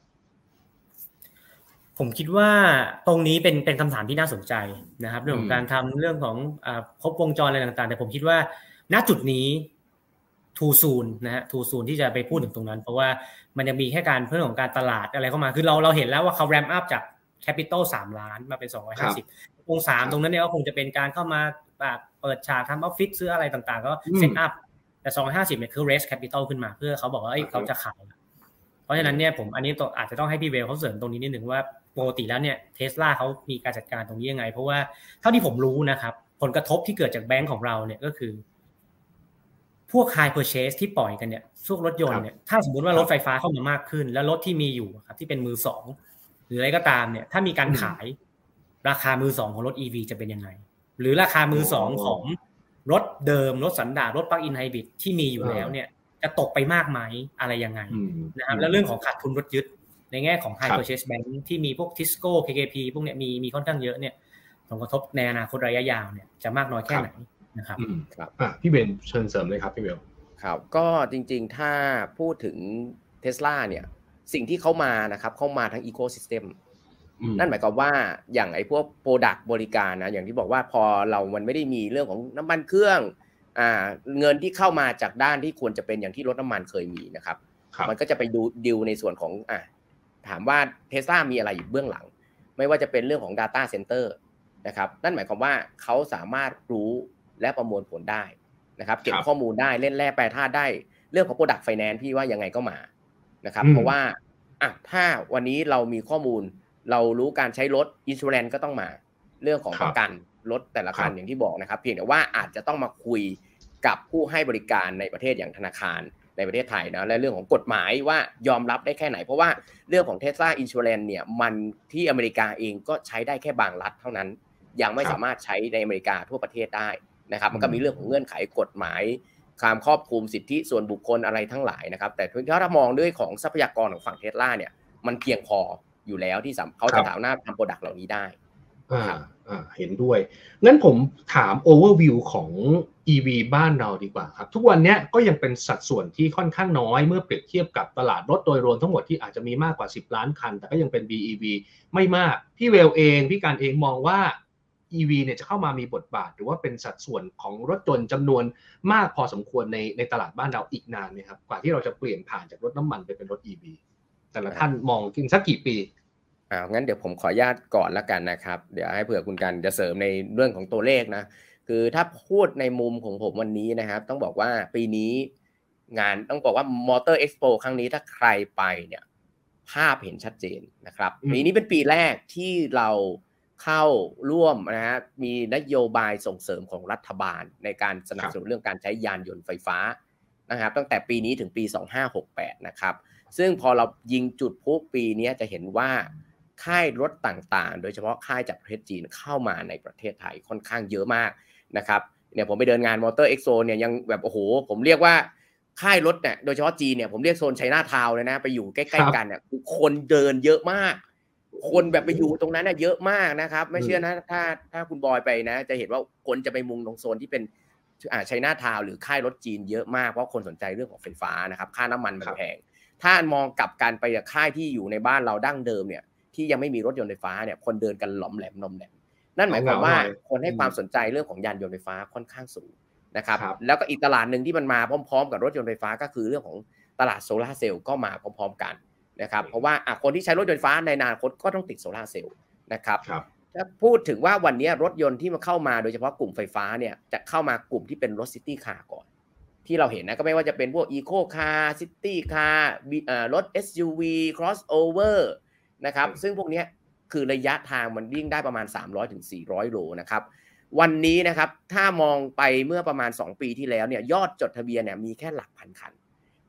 ผมคิดว่าตรงนี้เป็นเป็นคำถามที่น่าสนใจนะครับเรื่องของการทำเรื่องของอ่าครบวงจรอะไรต่างๆแต่ผมคิดว่าณจุดนี้ทูซูนนะฮะทูซูนที่จะไปพูดถึงตรงนั้นเพราะว่ามันยังมีแค่การเรื่องของการตลาดอะไรเข้ามาคือเราเราเห็นแล้วว่าเขาแรมอัพจากแคปิตอลสามล้านมาเป็นสองร้อยห้าสิบวงสามตรงนั้นเนี่ยก็คงจะเป็นการเข้ามาแบบเปิดฉากทำออฟฟิศซื้ออะไรต่างๆก็เซตอัพแต่สองร้อยห้าสิบเนี่ยคือ raise capital ขึ้นมาเพื่อเขาบอกว่าเอ้ยเขาจะขายเพราะฉะนั้นเนี่ยผมอันนี้อาจจะต้องให้พี่เวลเขาเสริมตรงนี้นิดนึงว่าปกติแล้วเนี่ย Tesla เขามีการจัดการตรงนี้ยังไงเพราะว่าเท่าที่ผมรู้นะครับผลกระทบที่เกิดจากแบงก์ของเราเนี่ยก็คือพวก high purchase ที่ปล่อยกันเนี่ยพวกรถยนต์เนี่ยถ้าสมมุติว่ารถไฟฟ้าเข้ามามากขึ้นแล้วรถที่มีอยู่ครับที่เป็นมือสองหรืออะไรก็ตามเนี่ยถ้ามีการขายราคามือสองของรถ อี วี จะเป็นยังไงหรือราคามือสองของรถเดิมรถสันดาปรถ plug-in hybrid ที่มีอยู่แล้วเนี่ยจะตกไปมากไหมอะไรยังไงนะครับแล้วเรื่องของขาดทุนรถยึดในแง่ของ high purchase bank ที่มีพวก Tisco เค เค พี พวกเนี้ยมีมีค่อนข้างเยอะเนี่ยผลกระทบในอนาคตระยะยาวเนี่ยจะมากน้อยแค่ไหนนะครับครับอ่ะพี่เบนเชิญเสริมเลยครับพี่เบลครับก็จริงๆถ้าพูดถึง Tesla เนี่ยสิ่งที่เขามานะครับเข้ามาทั้ง ecosystem นั่นหมายความว่าอย่างไอ้พวก product บริการนะอย่างที่บอกว่าพอเรามันไม่ได้มีเรื่องของน้ำมันเครื่องอ่าเงินที่เข้ามาจากด้านที่ควรจะเป็นอย่างที่รถน้ำมันเคยมีนะครับมันก็จะไปดูดิวในส่วนของอ่ะถามว่า Tesla มีอะไรอยู่เบื้องหลังไม่ว่าจะเป็นเรื่องของ data center นะครับนั่นหมายความว่าเขาสามารถรู้และประมวลผลได้นะครับเก็บข้อมูลได้เล่นแร่แปรธาตุได้เรื่องของ product finance พี่ว่ายังไงก็มานะครับเพราะว่าอ่ะถ้าวันนี้เรามีข้อมูลเรารู้การใช้รถ insurance ก็ต้องมาเรื่องของประกันรถแต่ละคันอย่างที่บอกนะครับเพียงแต่ว่าอาจจะต้องมาคุยกับผู้ให้บริการในประเทศอย่างธนาคารในประเทศไทยนะและเรื่องของกฎหมายว่ายอมรับได้แค่ไหนเพราะว่าเรื่องของ Tesla Insurance เนี่ยมันที่อเมริกาเองก็ใช้ได้แค่บางรัฐเท่านั้นยังไม่สามารถใช้ในอเมริกาทั่วประเทศได้นะครับมันก็มีเรื่องของเงื่อนไขกฎหมายความครอบคลุมสิทธิส่วนบุคคลอะไรทั้งหลายนะครับแต่ถ้าเรามองด้วยของทรัพยากรของฝั่ง Tesla เนี่ยมันเพียงพออยู่แล้วที่เขาจะสามารถทำโปรดักต์เหล่านี้ได้อ่าอ่าเห็นด้วยงั้นผมถาม overview ของ อี วี บ้านเราดีกว่าครับทุกวันนี้ก็ยังเป็นสัดส่วนที่ค่อนข้างน้อยเมื่อเปรียบเทียบกับตลาดรถโดยรวมทั้งหมดที่อาจจะมีมากกว่าสิบล้านคันแต่ก็ยังเป็น บี อี วี ไม่มากพี่เวลเองพี่การเองมองว่า อี วี เนี่ยจะเข้ามามีบทบาทหรือว่าเป็นสัดส่วนของรถยนต์จำนวนมากพอสมควรในในตลาดบ้านเราอีกนานไหมครับกว่าที่เราจะเปลี่ยนผ่านจากรถน้ำมันไปเป็นรถ อี วี แต่ละท่านมองกินสักกี่ปีอ่างั้นเดี๋ยวผมขออนุญาตก่อนละกันนะครับเดี๋ยวให้เผื่อคุณกันจะเสริมในเรื่องของตัวเลขนะคือถ้าพูดในมุมของผมวันนี้นะครับต้องบอกว่าปีนี้งานต้องบอกว่า Motor Expo ครั้งนี้ถ้าใครไปเนี่ยภาพเห็นชัดเจนนะครับปีนี้เป็นปีแรกที่เราเข้าร่วมนะฮะมีนโยบายส่งเสริมของรัฐบาลในการสนับสนุนเรื่องการใช้ยานยนต์ไฟฟ้านะครับตั้งแต่ปีนี้ถึงปีสองพันห้าร้อยหกสิบแปดนะครับซึ่งพอเรายิงจุดพลุปีนี้จะเห็นว่าค่ายรถต่างๆโดยเฉพาะค่ายจากประเทศจีนเข้ามาในประเทศไทยค่อนข้างเยอะมากนะครับเนี่ยผมไปเดินงาน Motor Expo เนี่ยยังแบบโอ้โหผมเรียกว่าค่ายรถเนี่ยโดยเฉพาะจีนเนี่ยผมเรียกโซนไชน่าทาวน์เลยนะไปอยู่ใกล้ๆกันเนี่ยคนเดินเยอะมากคนแบบไปอยู่ตรงนั้นน่ะเยอะมากนะครับไม่เชื่อนะถ้าถ้าคุณบอยไปนะจะเห็นว่าคนจะไปมุงตรงโซนที่เป็นอ่าไชน่าทาวน์หรือค่ายรถจีนเยอะมากเพราะคนสนใจเรื่องของไฟฟ้านะครับค่าน้ำมันมันแพงถ้ามองกลับกันไปกับค่ายที่อยู่ในบ้านเราดั้งเดิมเนี่ยที่ยังไม่มีรถยนต์ไฟฟ้าเนี่ยคนเดินกันหลอมแหลมนมแหลมนั่นหมายความว่าคนให้ความสนใจเรื่องของยานยนต์ไฟฟ้าค่อนข้างสูงนะครับแล้วก็อีกตลาดนึงที่มันมาพร้อมๆกับรถยนต์ไฟฟ้าก็คือเรื่องของตลาดโซลาร์เซลล์ก็มาพร้อมๆกันนะครับเพราะว่าคนที่ใช้รถยนต์ไฟฟ้าในอนาคตก็ต้องติดโซลาร์เซลล์นะครับถ้าพูดถึงว่าวันนี้รถยนต์ที่มาเข้ามาโดยเฉพาะกลุ่มไฟฟ้าเนี่ยจะเข้ามากลุ่มที่เป็นรถซิตี้คาร์ก่อนที่เราเห็นนะก็ไม่ว่าจะเป็นพวกอีโคคาร์ซิตี้คาร์รถ เอส ยู วี crossover นะครับซึ่งพวกนี้คือระยะทางมันวิ่งได้ประมาณ สามร้อยถึงสี่ร้อย โลนะครับวันนี้นะครับถ้ามองไปเมื่อประมาณสองปีที่แล้วเนี่ยยอดจดทะเบียนเนี่ยมีแค่หลักพันคัน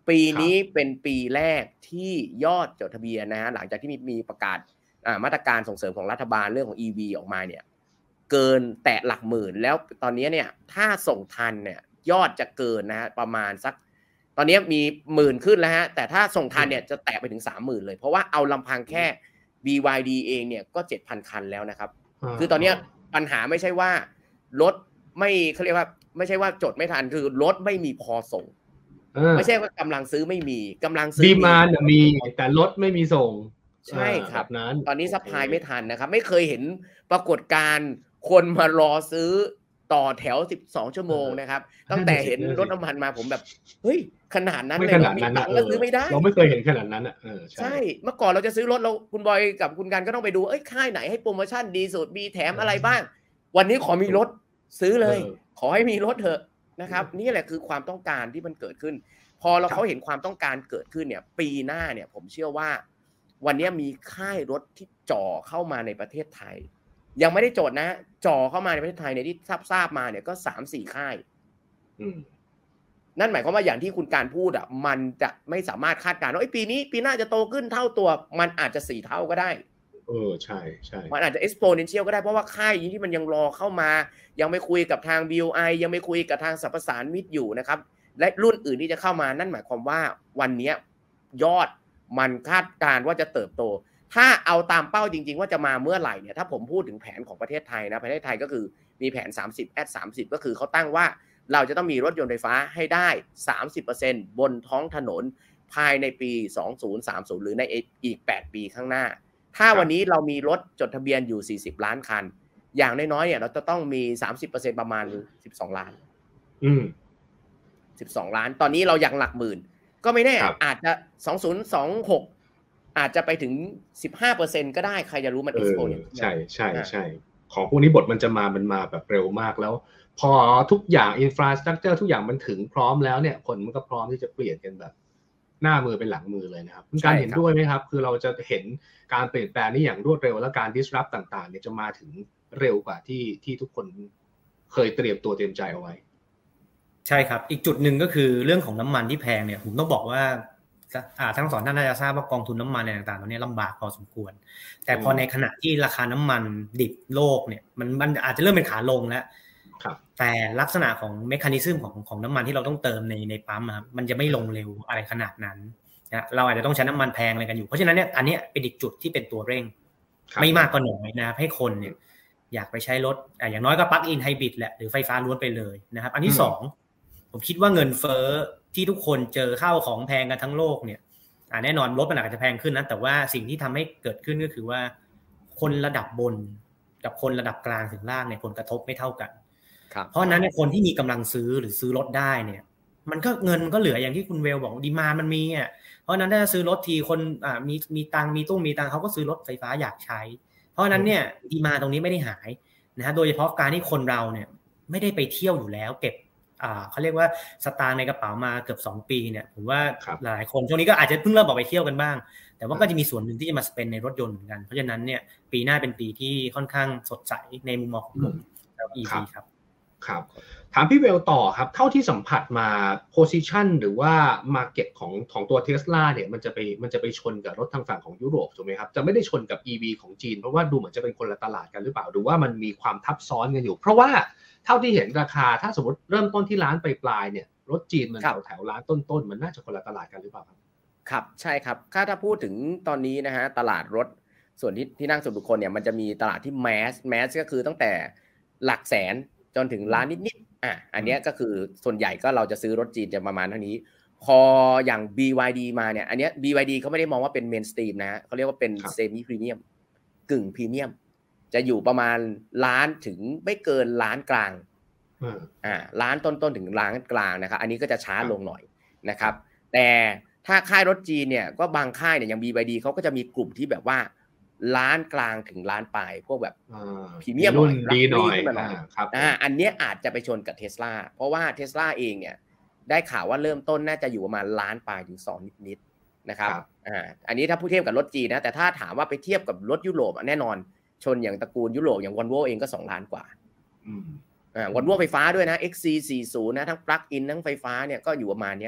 ปีนี้เป็นปีแรกที่ยอดจดทะเบียนนะฮะหลังจากที่มีมีประกาศมาตรการส่งเสริมของรัฐบาลเรื่องของ อี วี ออกมาเนี่ยเกินแตะหลักหมื่นแล้วตอนนี้เนี่ยถ้าส่งทันเนี่ยยอดจะเกินนะฮะประมาณสักตอนนี้มีหมื่นขึ้นแล้วฮะแต่ถ้าส่งทันเนี่ยจะแตะไปถึง สามหมื่น เลยเพราะว่าเอาลำพังแค่ บี วาย ดี เองเนี่ยก็ เจ็ดพัน คันแล้วนะครับคือตอนนี้ปัญหาไม่ใช่ว่ารถไม่เขาเรียกว่าไม่ใช่ว่าจดไม่ทันคือรถไม่มีพอส่งไม่ใช่ว่ากำลังซื้อไม่มีกำลังซื้อดีมานด์มีแต่รถไม่มีส่งใช่ครับตอนนี้ซัพพลายไม่ทันนะครับไม่เคยเห็นปรากฏการณ์คนมารอซื้อต่อแถวสิบสองชั่วโมงนะครับตั้งแต่เห็นรถน้ำมันมาผมแบบเฮ้ยขนาดนั้นเลยเรามีตังค์แล้วซื้อไม่ได้เราไม่เคยเห็นขนาดนั้นอ่ะเออใช่เมื่อก่อนเราจะซื้อรถเราคุณบอยกับคุณกันก็ต้องไปดูเอ้ยค่ายไหนให้โปรโมชั่นดีสุดมีแถมอะไรบ้างวันนี้ขอมีรถซื้อเลยขอให้มีรถเถอะนะครับนี่แหละคือความต้องการที่มันเกิดขึ้นพอเราเขาเห็นความต้องการเกิดขึ้นเนี่ยปีหน้าเนี่ยผมเชื่อว่าวันนี้มีค่ายรถที่จ่อเข้ามาในประเทศไทยยังไม่ได้โจทย์นะจ่อเข้ามาในประเทศไทยเนี่ยที่ทราบๆมาเนี่ยก็ สามสี่ ค่ายนั่นหมายความว่าอย่างที่คุณการพูดอ่ะมันจะไม่สามารถคาดการณ์ว่าไอ้ปีนี้ปีหน้าจะโตขึ้นเท่าตัวมันอาจจะสี่เท่าก็ได้เออใช่ใช่มันอาจจะ exponential ก็ได้เพราะว่าค่ายที่มันยังรอเข้ามายังไม่คุยกับทาง บี โอ ไอ ยังไม่คุยกับทางสรรพสานมิตรอยู่นะครับและรุ่นอื่นที่จะเข้ามานั่นหมายความว่าวันนี้ยอดมันคาดการณ์ว่าจะเติบโตถ้าเอาตามเป้าจริงๆว่าจะมาเมื่อไหร่เนี่ยถ้าผมพูดถึงแผนของประเทศไทยนะประเทศไทยก็คือมีแผนสามสิบ แอท สามสิบก็คือเขาตั้งว่าเราจะต้องมีรถยนต์ไฟฟ้าให้ได้ สามสิบเปอร์เซ็นต์ บนท้องถนนภายในปีสองพันสามสิบหรือในอีกแปดปีข้างหน้าถ้าวันนี้เรามีรถจดทะเบียนอยู่สี่สิบล้านคันอย่างน้อยๆเนี่ยเราจะต้องมี สามสิบเปอร์เซ็นต์ ประมาณสิบสองล้านอืมสิบสองล้านตอนนี้เรายังหลักหมื่นก็ไม่แน่อาจจะสองพันยี่สิบหกอาจจะไปถึง สิบห้าเปอร์เซ็นต์ ก็ได้ใครจะรู้มัน exponential ใช่ใช่ใช่ของพวกนี้บทมันจะมามันมาแบบเร็วมากแล้วพอทุกอย่าง infrastructure ทุกอย่างมันถึงพร้อมแล้วเนี่ยคนมันก็พร้อมที่จะเปลี่ยนกันแบบหน้ามือเป็นหลังมือเลยนะครับคุณการเห็นด้วยไหมครับคือเราจะเห็นการเปลี่ยนแปลงนี้อย่างรวดเร็วและการ disrupt ต่างๆเนี่ยจะมาถึงเร็วกว่าที่ที่ทุกคนเคยเตรียมตัวเตรียมใจเอาไว้ใช่ครับอีกจุดหนึ่งก็คือเรื่องของน้ำมันที่แพงเนี่ยผมต้องบอกว่าอ่าทั้งสองท่านน่าจะทราบว่ากองทุนน้ำมันอะไรต่างๆตอนนี้ลำบากพอสมควรแต่พอในขณะที่ราคาน้ำมันดิบโลกเนี่ยมันมันอาจจะเริ่มเป็นขาลงแล้วแต่ลักษณะของเมคานิซึมของของน้ำมันที่เราต้องเติมในในปั๊มครับมันจะไม่ลงเร็วอะไรขนาดนั้นนะเราอาจจะต้องใช้น้ำมันแพงอะไรกันอยู่เพราะฉะนั้นเนี่ยอันนี้เป็นอีกจุดที่เป็นตัวเร่งไม่มากก็น้อยนะครับให้คนเนี่ยอยากไปใช้รถอ่ะอย่างน้อยก็ปลั๊กอินไฮบริดแหละหรือไฟฟ้าล้วนไปเลยนะครับอันที่สองผมคิดว่าเงินเฟ้อที่ทุกคนเจอข้าวของแพงกันทั้งโลกเนี่ยอ่าแน่นอนรถมันอาจจะแพงขึ้นนะแต่ว่าสิ่งที่ทำให้เกิดขึ้นก็คือว่าคนระดับบนกับคนระดับกลางถึงล่างเนี่ยผลกระทบไม่เท่ากันเพราะนั้นเนี่ยคนที่มีกำลังซื้อหรือซื้อรถได้เนี่ยมันก็เงินก็เหลืออย่างที่คุณเวลบอกดีมานด์มันมีอ่ะเพราะนั้นถ้าซื้อรถทีคนอ่ามีมีตังมีตู้มีตังเขาก็ซื้อรถไฟฟ้าอยากใช้เพราะนั้นเนี่ยดีมานด์ตรงนี้ไม่ได้หายนะฮะโดยเฉพาะการที่คนเราเนี่ยไม่ได้ไปเที่ยวอยู่แล้วเก็บอ่าเขาเรียกว่าสตางค์ในกระเป๋ามาเกือบสองปีเนี่ยผมว่าหลายคนช่วงนี้ก็อาจจะเพิ่งเริ่มออกไปเที่ยวกันบ้างแต่ว่าก็จะมีส่วนหนึ่งที่จะมาสเปนในรถยนต์เหมือนกันเพราะฉะนั้นเนี่ยปีหน้าเป็นปีที่ค่อนข้างสดใสในมุมมองของผมแล้ว อี วี ครับครับถามพี่เวลต่อครับเท่าที่สัมผัสมา position หรือว่า market ของของตัว Tesla เนี่ยมันจะไปมันจะไปชนกับรถทางฝั่งของยุโรปถูกไหมครับจะไม่ได้ชนกับ อี วี ของจีนเพราะว่าดูเหมือนจะเป็นคนละตลาดกันหรือเปล่าหรือว่ามันมีความทับซ้อนกันอยู่เพราะว่าเท่าที่เห็นราคาถ้าสมมติเริ่มต้นที่ร้านปลายๆเนี่ยรถจีนมันแถวแถวร้านต้นๆมันน่าจะคนละตลาดกันหรือเปล่าครับครับใช่ครับถ้าถ้าพูดถึงตอนนี้นะฮะตลาดรถส่วนที่ที่นั่งส่วนบุคคลเนี่ยมันจะมีตลาดที่แมสแมสก็คือตั้งแต่หลักแสนจนถึงล้านนิดๆอ่ะอันนี้ก็คือส่วนใหญ่ก็เราจะซื้อรถจีนจะประมาณเท่านี้พออย่าง บี วาย ดี มาเนี่ยอันนี้ บี วาย ดี เขาไม่ได้มองว่าเป็นเมนสตรีมนะเขาเรียกว่าเป็นเซมิพรีเมียมกึ่งพรีเมียมจะอยู่ประมาณล้านถึงไม่เกินล้านกลางอ่าล้านต้นๆถึงล้านกลางนะครับอันนี้ก็จะช้าลงหน่อยนะครับแต่ถ้าค่ายรถจีนเนี่ยก็บางค่ายเนี่ยอย่าง บี วาย ดี เขาก็จะมีกลุ่มที่แบบว่าล้านกลางถึงล้านปลายพวกแบบพรีเมียมหน่อยดีหน่อยครับอ่าอันนี้อาจจะไปชนกับ Tesla เพราะว่า Tesla เองเนี่ยได้ข่าวว่าเริ่มต้นน่าจะอยู่ประมาณล้านปลายถึงสองนิดๆนะครับอ่าอันนี้ถ้าผู้เทียบกับรถจีนนะแต่ถ้าถามว่าไปเทียบกับรถยุโรปแน่นอนชนอย่างตระกูลยุโรปอย่าง Volvo เองก็สองล้านกว่าอืมอ่า Volvo ไฟฟ้าด้วยนะ เอ็กซ์ ซี สี่สิบ นะทั้งปลั๊กอินทั้งไฟฟ้าเนี่ยก็อยู่ประมาณเนี้ย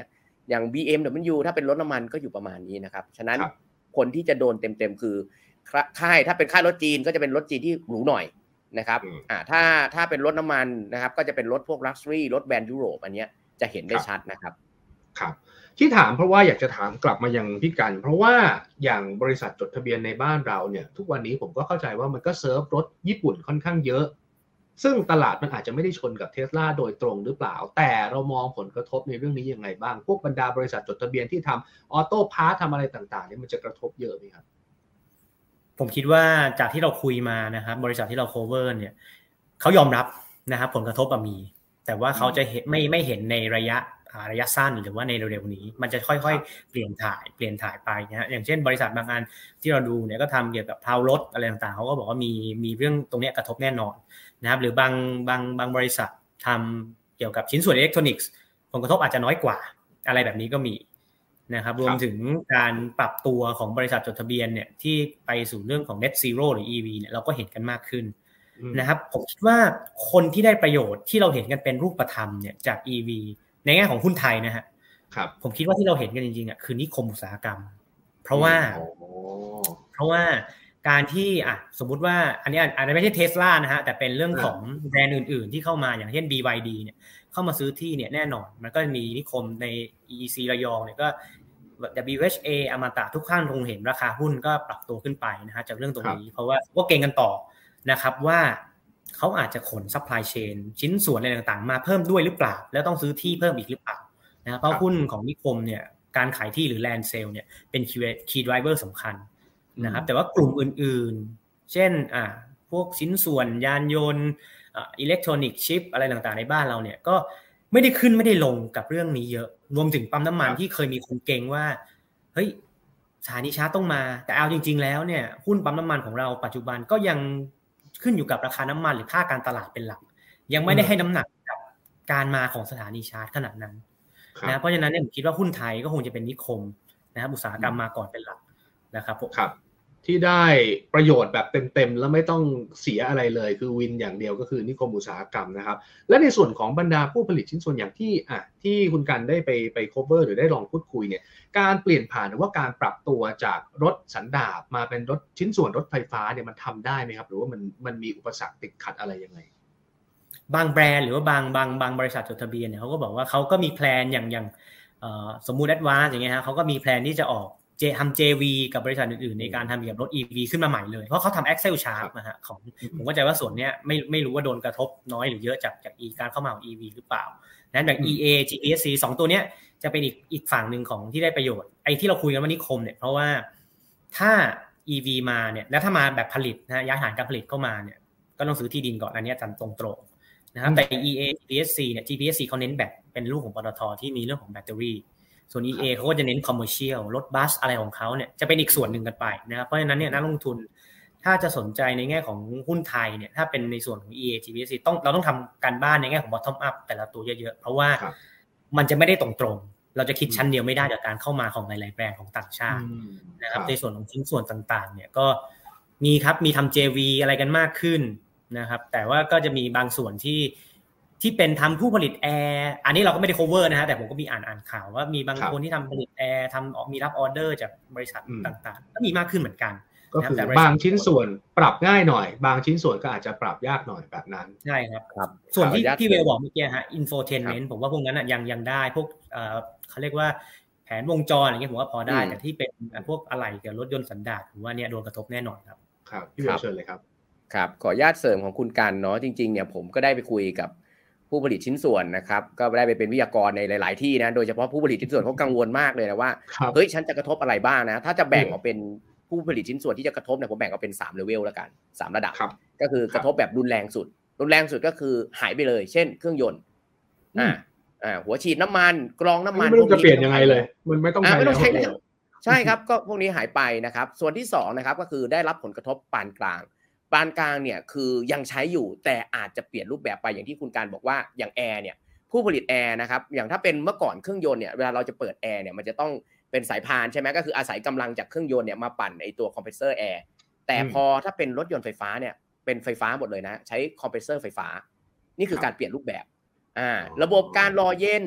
อย่าง บี เอ็ม ดับเบิลยู ถ้าเป็นรถน้ำมันก็อยู่ประมาณนี้นะครับฉะนั้นคนที่จะโดนเต็มๆคือค่ายถ้าเป็นค่ายรถจีนก็จะเป็นรถจีนที่หรูหน่อยนะครับอ่าถ้าถ้าเป็นรถน้ำมันนะครับก็จะเป็นรถพวก Luxury รถแบรนด์ยุโรปอันเนี้ยจะเห็นได้ชัดนะครับครับที่ถามเพราะว่าอยากจะถามกลับมายังพี่กันเพราะว่าอย่างบริษัทจดทะเบียนในบ้านเราเนี่ยทุกวันนี้ผมก็เข้าใจว่ามันก็เซิร์ฟรถญี่ปุ่นค่อนข้างเยอะซึ่งตลาดมันอาจจะไม่ได้ชนกับ Tesla โดยตรงหรือเปล่าแต่เรามองผลกระทบในเรื่องนี้ยังไงบ้างพวกบรรดาบริษัทจดทะเบียนที่ทำออโต้พาร์ททำอะไรต่างๆเนี่ยมันจะกระทบเยอะไหมครับผมคิดว่าจากที่เราคุยมานะครับบริษัทที่เรา cover เนี่ยเขายอมรับนะครับผลกระทบมีแต่ว่าเขาจะไม่ไม่เห็นในระยะระยะสั้นหรือว่าในเร็วๆนี้มันจะค่อยๆเปลี่ยนถ่ายเปลี่ยนถ่ายไปนะฮะอย่างเช่นบริษัทบางอันที่เราดูเนี่ยก็ทำเกี่ยวกับเพลารถอะไรต่างๆเขาก็บอกว่ามีมีเรื่องตรงนี้กระทบแน่นอนนะครับหรือบางบางบางบริษัททำเกี่ยวกับชิ้นส่วนอิเล็กทรอนิกส์ผลกระทบอาจจะน้อยกว่าอะไรแบบนี้ก็มีนะครับรวมถึงการปรับตัวของบริษัทจดทะเบียนเนี่ยที่ไปสู่เรื่องของ Net Zero หรือ อี วี เนี่ยเราก็เห็นกันมากขึ้นนะครับผมคิดว่าคนที่ได้ประโยชน์ที่เราเห็นกันเป็นรูปธรรมเนี่ยจาก อี วี ในแง่ของหุ้นไทยนะฮะครับผมคิดว่าที่เราเห็นกันจริงๆอ่ะคือนิคมอุตสาหกรรมเพราะว่าเพราะว่าการที่อ่ะสมมุติว่าอันนี้อาจจะไม่ใช่ Tesla นะฮะแต่เป็นเรื่องของแบรนด์อื่นๆที่เข้ามาอย่างเช่น บี วาย ดี เนี่ยเข้ามาซื้อที่เนี่ยแน่นอนมันก็มีนิคมใน อี อี ซี ระยองเนี่ยก็ ดับเบิลยู เอช เอ อมตะทุกข้างคงเห็นราคาหุ้นก็ปรับตัวขึ้นไปนะฮะจากเรื่องตรงนี้เพราะว่าก็เก่งกันต่อนะครับว่าเขาอาจจะขนซัพพลายเชนชิ้นส่วนอะไรต่างๆมาเพิ่มด้วยหรือเปล่าแล้วต้องซื้อที่เพิ่มอีกหรือเปล่านะเพราะหุ้นของนิคมเนี่ยการขายที่หรือแลนด์เซลเนี่ยเป็น key driver สำคัญนะครับแต่ว่ากลุ่มอื่นๆเช่นอ่าพวกชิ้นส่วนยานยนต์อ่าอิเล็กทรอนิกส์ชิปอะไรต่างๆในบ้านเราเนี่ยก็ไม่ได้ขึ้นไม่ได้ลงกับเรื่องนี้เยอะรวมถึงปั๊มน้ำมันที่เคยมีคนเก่งว่าเฮ้ยสถานีชาร์จต้องมาแต่เอาจริงๆแล้วเนี่ยหุ้นปั๊มน้ำมันของเราปัจจุบันก็ยังขึ้นอยู่กับราคาน้ำมันหรือค่าการตลาดเป็นหลักยังไม่ได้ให้น้ำหนักกับการมาของสถานีชาร์จขนาดนั้นนะเพราะฉะนั้นเนี่ยผมคิดว่าหุ้นไทยก็คงจะเป็นนิคมนะครับอุตสาหกรรมมาก่อนเป็นหลักนะครับผมครับที่ได้ประโยชน์แบบเต็มๆแล้วไม่ต้องเสียอะไรเลยคือวินอย่างเดียวก็คือนิคมอุตสาหกรรมนะครับและในส่วนของบรรดาผู้ผลิตชิ้นส่วนอย่างที่อ่ะที่คุณกันได้ไปไป cover หรือได้ลองพูดคุยเนี่ยการเปลี่ยนผ่านหรือว่าการปรับตัวจากรถสันดาปมาเป็นรถชิ้นส่วนรถไฟฟ้าเนี่ยมันทำได้ไหมครับหรือว่ามันมันมีอุปสรรคติดขัดอะไรยังไงบางแบรนด์หรือว่าบางบางบางบริษัทจดทะเบียนเนี่ยเขาก็บอกว่าเขาก็มีแพลนอย่างอย่างสมมุติ Advance อย่างเงี้ยฮะเขาก็มีแพลนที่จะออกเจทำ เจ วี กับบริษัทอื่นๆในการทำเกี่ยวกับรถ อี วี ขึ้นมาใหม่เลยเพราะเขาทำ Excel Chart นะฮะของผมเข้าใจว่าส่วนเนี้ยไม่ไม่รู้ว่าโดนกระทบน้อยหรือเยอะจากจากอีการเข้ามาของ อี วี หรือเปล่านั้นแบบ อี เอ จี พี เอส ซี สองตัวเนี้ยจะเป็นอีกอีกฝั่งนึงของที่ได้ประโยชน์ไอ้ที่เราคุยกันว่านิคมเนี่ยเพราะว่าถ้า อี วี มาเนี่ยแล้วถ้ามาแบบผลิตนะย้ายฐานการผลิตเข้ามาเนี่ยก็ต้องซื้อที่ดินก่อนอันนี้จันตรงๆนะครับแต่ อี เอ จี พี เอส ซี เนี่ย จี พี เอส ซี เขาเน้นแบบเป็นลูกของปตท.ที่มีเรื่องของแบตเตอรี่ส่วน อี เอ เขาก็จะเน้น commercial รถบัสอะไรของเขาเนี่ยจะเป็นอีกส่วนหนึ่งกันไปนะครับเพราะฉะนั้นเนี่ยนักลงทุนถ้าจะสนใจในแง่ของหุ้นไทยเนี่ยถ้าเป็นในส่วนของ อี เอ จี พี เอส ซี ต้องเราต้องทำการบ้านในแง่ของ bottom up แต่ละตัวเยอะๆเพราะว่ามันจะไม่ได้ตรงๆเราจะคิดชั้นเดียวไม่ได้จากการเข้ามาของหลายๆแบรนด์ของต่างชาตินะครับในส่วนของชิ้นส่วนต่างๆเนี่ยก็มีครับมีทำ เจ วี อะไรกันมากขึ้นนะครับแต่ว่าก็จะมีบางส่วนที่ที่เป็นทำผู้ผลิตแอร์อันนี้เราก็ไม่ได้ cover นะฮะแต่ผมก็มีอ่านอ่านข่าวว่ามีบางคนที่ทำผลิตแอร์ทำมีรับออเดอร์จากบริษัทต่างๆก็มีมากขึ้นเหมือนกันก็คือบางชิ้นส่วนปรับง่ายหน่อยบางชิ้นส่วนก็อาจจะปรับยากหน่อยแบบนั้นใช่ครับครับส่วนที่ที่เวลบอกเมื่อกี้ฮะ infotainment ผมว่าพวกนั้นยังยังได้พวกเอ่อเขาเรียกว่าแผนวงจรอะไรเงี้ยผมว่าพอได้แต่ที่เป็นพวกอะไหล่เกี่ยวกับรถยนต์สันดาปผมว่าเนี่ยโดนกระทบแน่นอนครับครับพี่เวลเชิญเลยครับครับขออนุญาตเสริมของคุณกันเนาะจริงๆเนี่ยผมก็ได้ไปคุยกับผู้ผลิตชิ้นส่วนนะครับก็ได้ไปเป็นวิทยากรในหลายๆที่นะโดยเฉพาะผู้ผลิตชิ้นส่วนเขากังวลมากเลยนะว่าเฮ้ยฉันจะกระทบอะไรบ้างนะถ้าจะแบ่งออกเป็นผู้ผลิตชิ้นส่วนที่จะกระทบเนี่ยผมแบ่งออกเป็นสามเลเวลแล้วกันสามระดับก็คือกระทบแบบรุนแรงสุดรุนแรงสุดก็คือหายไปเลยเช่นเครื่องยนต์อ่าอ่าหัวฉีดน้ำมันกรองน้ำมันไม่ต้องจะเปลี่ยนยังไงเลยมันไม่ต้องใช้ไม่ต้องใช้แล้วใช่ครับก็พวกนี้หายไปนะครับส่วนที่สองนะครับก็คือได้รับผลกระทบปานกลางปานกลางเนี่ยคือยังใช้อยู่แต่อาจจะเปลี่ยนรูปแบบไปอย่างที่คุณการบอกว่าอย่างแอร์เนี่ยผู้ผลิตแอร์นะครับอย่างถ้าเป็นเมื่อก่อนเครื่องยนต์เนี่ยเวลาเราจะเปิดแอร์เนี่ยมันจะต้องเป็นสายพานใช่ไหมก็คืออาศัยกำลังจากเครื่องยนต์เนี่ยมาปั่นไอตัวคอมเพรสเซอร์แอร์แต่พอถ้าเป็นรถยนต์ไฟฟ้าเนี่ยเป็นไฟฟ้าหมดเลยนะใช้คอมเพรสเซอร์ไฟฟ้านี่คือการเปลี่ยนรูปแบบอ่าระบบการรอเย็น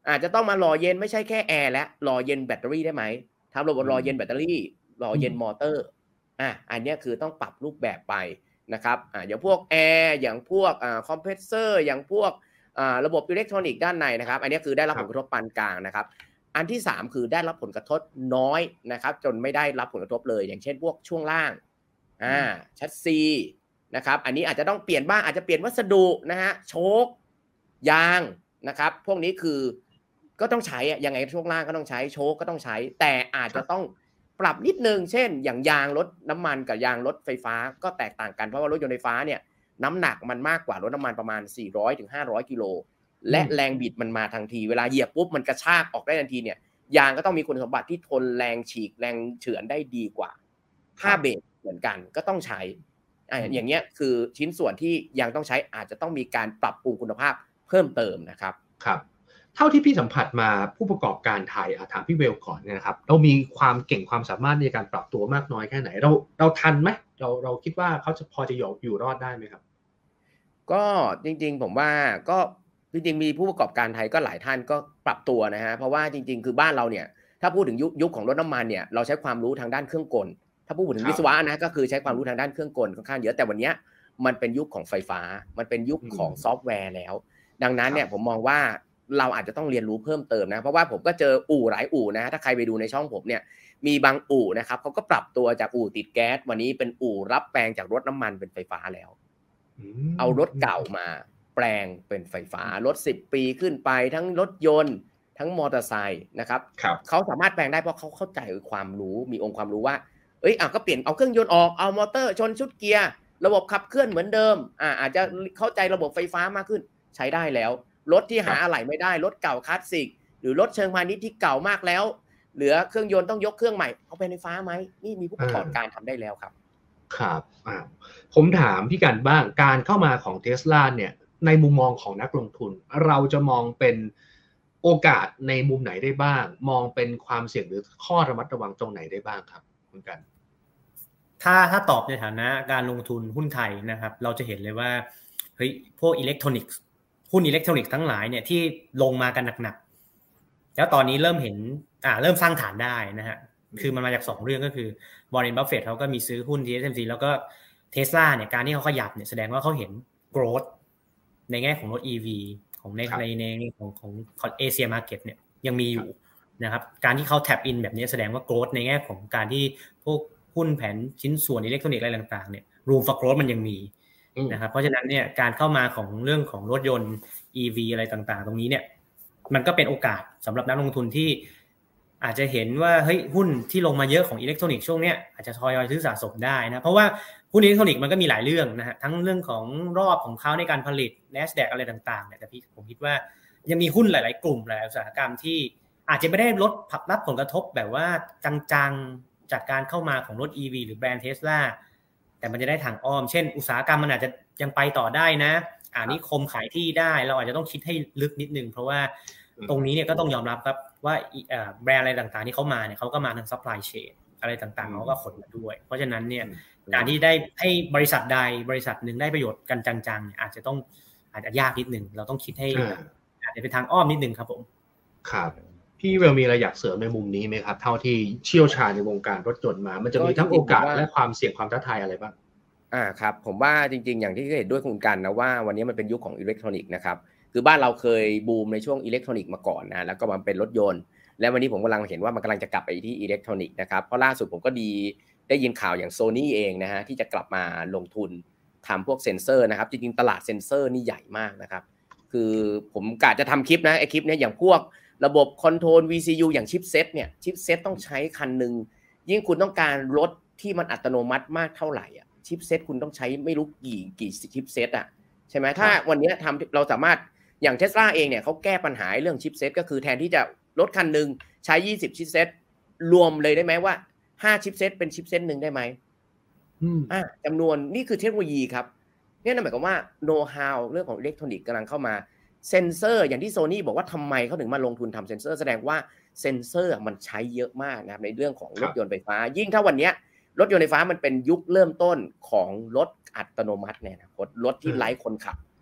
อาจจะต้องมาหล่อเย็นไม่ใช่แค่แอร์และหล่อเย็นแบตเตอรี่ได้ไหมทำระบบหล่อเย็นแบตเตอรี่หล่อเย็นมอเตอร์อ่ะอันนี้คือต้องปรับรูปแบบไปนะครับอ่าอย่างพวกแอร์อย่างพวกอ่าคอมเพรสเซอร์อย่างพวกอ่าระบบอิเล็กทรอนิกส์ด้านในนะครับอันนี้คือได้รับผลกระทบปานกลางนะครับอันที่สามคือได้รับผลกระทบน้อยนะครับจนไม่ได้รับผลกระทบเลยอย่างเช่นพวกช่วงล่างอ่าแชสซีนะครับอันนี้อาจจะต้องเปลี่ยนบ้างอาจจะเปลี่ยนวัสดุนะฮะโชคยางนะครับพวกนี้คือก็ต้องใช้ยังไงช่วงล่างก็ต้องใช้โชคก็ต้องใช้แต่อาจจะต้องปรับนิดนึงเช่นอย่างยางรถน้ำมันกับยางรถไฟฟ้าก็แตกต่างกันเพราะว่ารถยนต์ไฟฟ้าเนี่ยน้ำหนักมันมากกว่ารถน้ำมันประมาณสี่ร้อยถึงห้าร้อยกิโลและแรงบิดมันมาทันทีเวลาเหยียบปุ๊บมันกระชากออกได้ทันทีเนี่ยยางก็ต้องมีคุณสมบัติที่ทนแรงฉีกแรงเฉือนได้ดีกว่าถ้าเบรกเหมือนกันก็ต้องใช้อ่าอย่างเงี้ยคือชิ้นส่วนที่ยังต้องใช้อาจจะต้องมีการปรับปรุงคุณภาพเพิ่มเติมนะครับครับเท่าที่พี่สัมผัสมาผู้ประกอบการไทยถามพี่เวลก่อนนะครับเรามีความเก่งความสามารถในการปรับตัวมากน้อยแค่ไหนเราเราทันไหมเราเราคิดว่าเขาจะพอจะอยู่อยู่รอดได้ไหมครับก็จริงๆผมว่าก็จริงๆมีผู้ประกอบการไทยก็หลายท่านก็ปรับตัวนะฮะเพราะว่าจริงๆคือบ้านเราเนี่ยถ้าพูดถึงยุคยุคของรถน้ำมันเนี่ยเราใช้ความรู้ทางด้านเครื่องกลถ้าพูดถึงวิศวะนะก็คือใช้ความรู้ทางด้านเครื่องกลค่อนข้างเยอะแต่วันนี้มันเป็นยุคของไฟฟ้ามันเป็นยุคของซอฟต์แวร์แล้วดังนั้นเนี่ยผมมองว่าเราอาจจะต้องเรียนรู้เพิ่มเติมนะเพราะว่าผมก็เจออู่หลายอู่นะถ้าใครไปดูในช่องผมเนี่ยมีบางอู่นะครับเขาก็ปรับตัวจากอู่ติดแก๊สวันนี้เป็นอู่รับแปลงจากรถน้ำมันเป็นไฟฟ้าแล้วเอารถเก่ามาแปลงเป็นไฟฟ้ารถสิบปีขึ้นไปทั้งรถยนต์ทั้งมอเตอร์ไซค์นะครับเขาสามารถแปลงได้เพราะเขาเข้าใจความรู้มีองค์ความรู้ว่าเอ้ยอ่ะก็เปลี่ยนเอาเครื่องยนต์ออกเอามอเตอร์ชนชุดเกียร์ระบบขับเคลื่อนเหมือนเดิมอ่าอาจจะเข้าใจระบบไฟฟ้ามากขึ้นใช้ได้แล้วรถที่หาอะไหล่ไม่ได้รถเก่าคลาสสิกหรือรถเชิงพาณิชย์ที่เก่ามากแล้วเหลือเครื่องยนต์ต้องยกเครื่องใหม่เอาเป็นไฟฟ้าไหมนี่มีผู้ประกอบการทำได้แล้วครับครับอ่าผมถามพี่กันบ้างการเข้ามาของ Tesla เนี่ยในมุมมองของนักลงทุนเราจะมองเป็นโอกาสในมุมไหนได้บ้างมองเป็นความเสี่ยงหรือข้อระมัดระวังตรงไหนได้บ้างครับคุณกันถ้าถ้าตอบในฐานะการลงทุนหุ้นไทยนะครับเราจะเห็นเลยว่าเฮ้ยพวกอิเล็กทรอนิกส์หุ้นอิเล็กทรอนิกส์ทั้งหลายเนี่ยที่ลงมากันหนักๆแล้วตอนนี้เริ่มเห็นอ่าเริ่มสร้างฐานได้นะฮะคือมันมาจากสองเรื่องก็คือวอร์เรน บัฟเฟตต์เขาก็มีซื้อหุ้น ที เอส เอ็ม ซี แล้วก็ Tesla เนี่ยการที่เขาขยับเนี่ยแสดงว่าเขาเห็น growth ในแง่ของรถ อี วี ของในในในของของของเอเชียมาร์เก็ตเนี่ยยังมีอยู่นะครับการที่เขาแท็ปอินแบบนี้แสดงว่า growth ในแง่ของการที่พวกหุ้นแผนชิ้นส่วนอิเล็กทรอนิกส์อะไรต่างๆเนี่ย room for growth มันยังมีนะครับเพราะฉะนั้นเนี่ยการเข้ามาของเรื่องของรถยนต์ อี วี อะไรต่างๆตรงนี้เนี่ยมันก็เป็นโอกาสสำหรับนักลงทุนที่อาจจะเห็นว่าเฮ้ยหุ้นที่ลงมาเยอะของอิเล็กทรอนิกส์ช่วงเนี้ยอาจจะทยอยซื้อสะสมได้นะเพราะว่าหุ้นอิเล็กทรอนิกส์มันก็มีหลายเรื่องนะฮะทั้งเรื่องของรอบของเขาในการผลิต NASDAQ อะไรต่างๆเนี่ยแต่พี่ผมคิดว่ายังมีหุ้นหลายๆกลุ่มหลายอุตสาหกรรมที่อาจจะไม่ได้ลดรับผลกระทบแบบว่าจังๆจากการเข้ามาของรถ อี วี หรือแบรนด์ Tesla แต่มันจะได้ทางอ้อมเช่นอุตสาหกรรมมันอาจจะยังไปต่อได้นะอ่านิคมขายที่ได้เราอาจจะต้องคิดให้ลึกนิดนึงเพราะว่าตรงนี้เนี่ยก็ต้องยอมรับครับว่าแบรนด์อะไรต่างๆที่เขามาเนี่ยเขาก็มาทาง supply chain อะไรต่างๆเขาก็ขนมาด้วยเพราะฉะนั้นเนี่ยการที่ได้ให้บริษัทใดบริษัทหนึ่งได้ประโยชน์กันจังๆเนี่ยอาจจะต้องอาจจะยากนิดนึงเราต้องคิดให้อาจจะเป็นทางอ้อมนิดนึงครับผมครับพี่เวลมีอะไรอยากเสริมในมุมนี้ไหมครับเท่าที่เชี่ยวชาญในวงการรถยนต์มามันจะมีทั้งโอกาสและความเสี่ยงความท้าทายอะไรบ้างอ่าครับผมว่าจริงๆอย่างที่เห็นด้วยคุณกันนะว่าวันนี้มันเป็นยุคของอิเล็กทรอนิกส์นะครับคือบ้านเราเคยบูมในช่วงอิเล็กทรอนิกส์มาก่อนนะแล้วก็มันเป็นรถยนต์และวันนี้ผมกำลังเห็นว่ามันกำลังจะกลับไปที่อิเล็กทรอนิกส์นะครับเพราะล่าสุดผมก็ดีได้ยินข่าวอย่าง Sony เองนะฮะที่จะกลับมาลงทุนทำพวกเซ็นเซอร์นะครับจริงๆตลาดเซ็นเซอร์นี่ใหญ่มากนะครับคือผมกะจะทำคลิปนะไอคลิปนี้อย่างพวกระบบคอนโทรล วี ซี ยู อย่างชิปเซตเนี่ยชิปเซตต้องใช้คันนึงยิ่งคุณต้องการรถที่มันอัตโนมัติมากเท่าไหร่อ่ะชิปเซตคุณต้องใช้ไม่รู้กี่กี่ชิปเซตอ่ะใช่ไหมถ้าวันนี้ทำเราสามารถอย่าง Tesla เองเนี่ยเขาแก้ปัญหาเรื่องชิปเซตก็คือแทนที่จะรถคันนึงใช้ยี่สิบชิปเซตรวมเลยได้ไหมว่าห้าชิปเซตเป็นชิปเซตนึงได้ไหมอืมอ่าจำนวนนี่คือเทคโนโลยีครับนี่นั่นหมายความว่าโน้ตฮาวเรื่องของอิเล็กทรอนิกส์กำลังเข้ามาเซ็นเซอร์อย่างที่ Sony บอกว่าทำไมเขาถึงมาลงทุนทำเซ็นเซอร์แสดงว่าเซ็นเซอร์มันใช้เยอะมากนะครับในเรื่องของรถยนต์ไฟฟ้ายิ่งถ้าวันนี้รถยนต์ไฟฟ้ามันเป็นยุคเริ่มต้นของรถอัตโนมัติเนี่ยนะรถที่ไร้คนขับ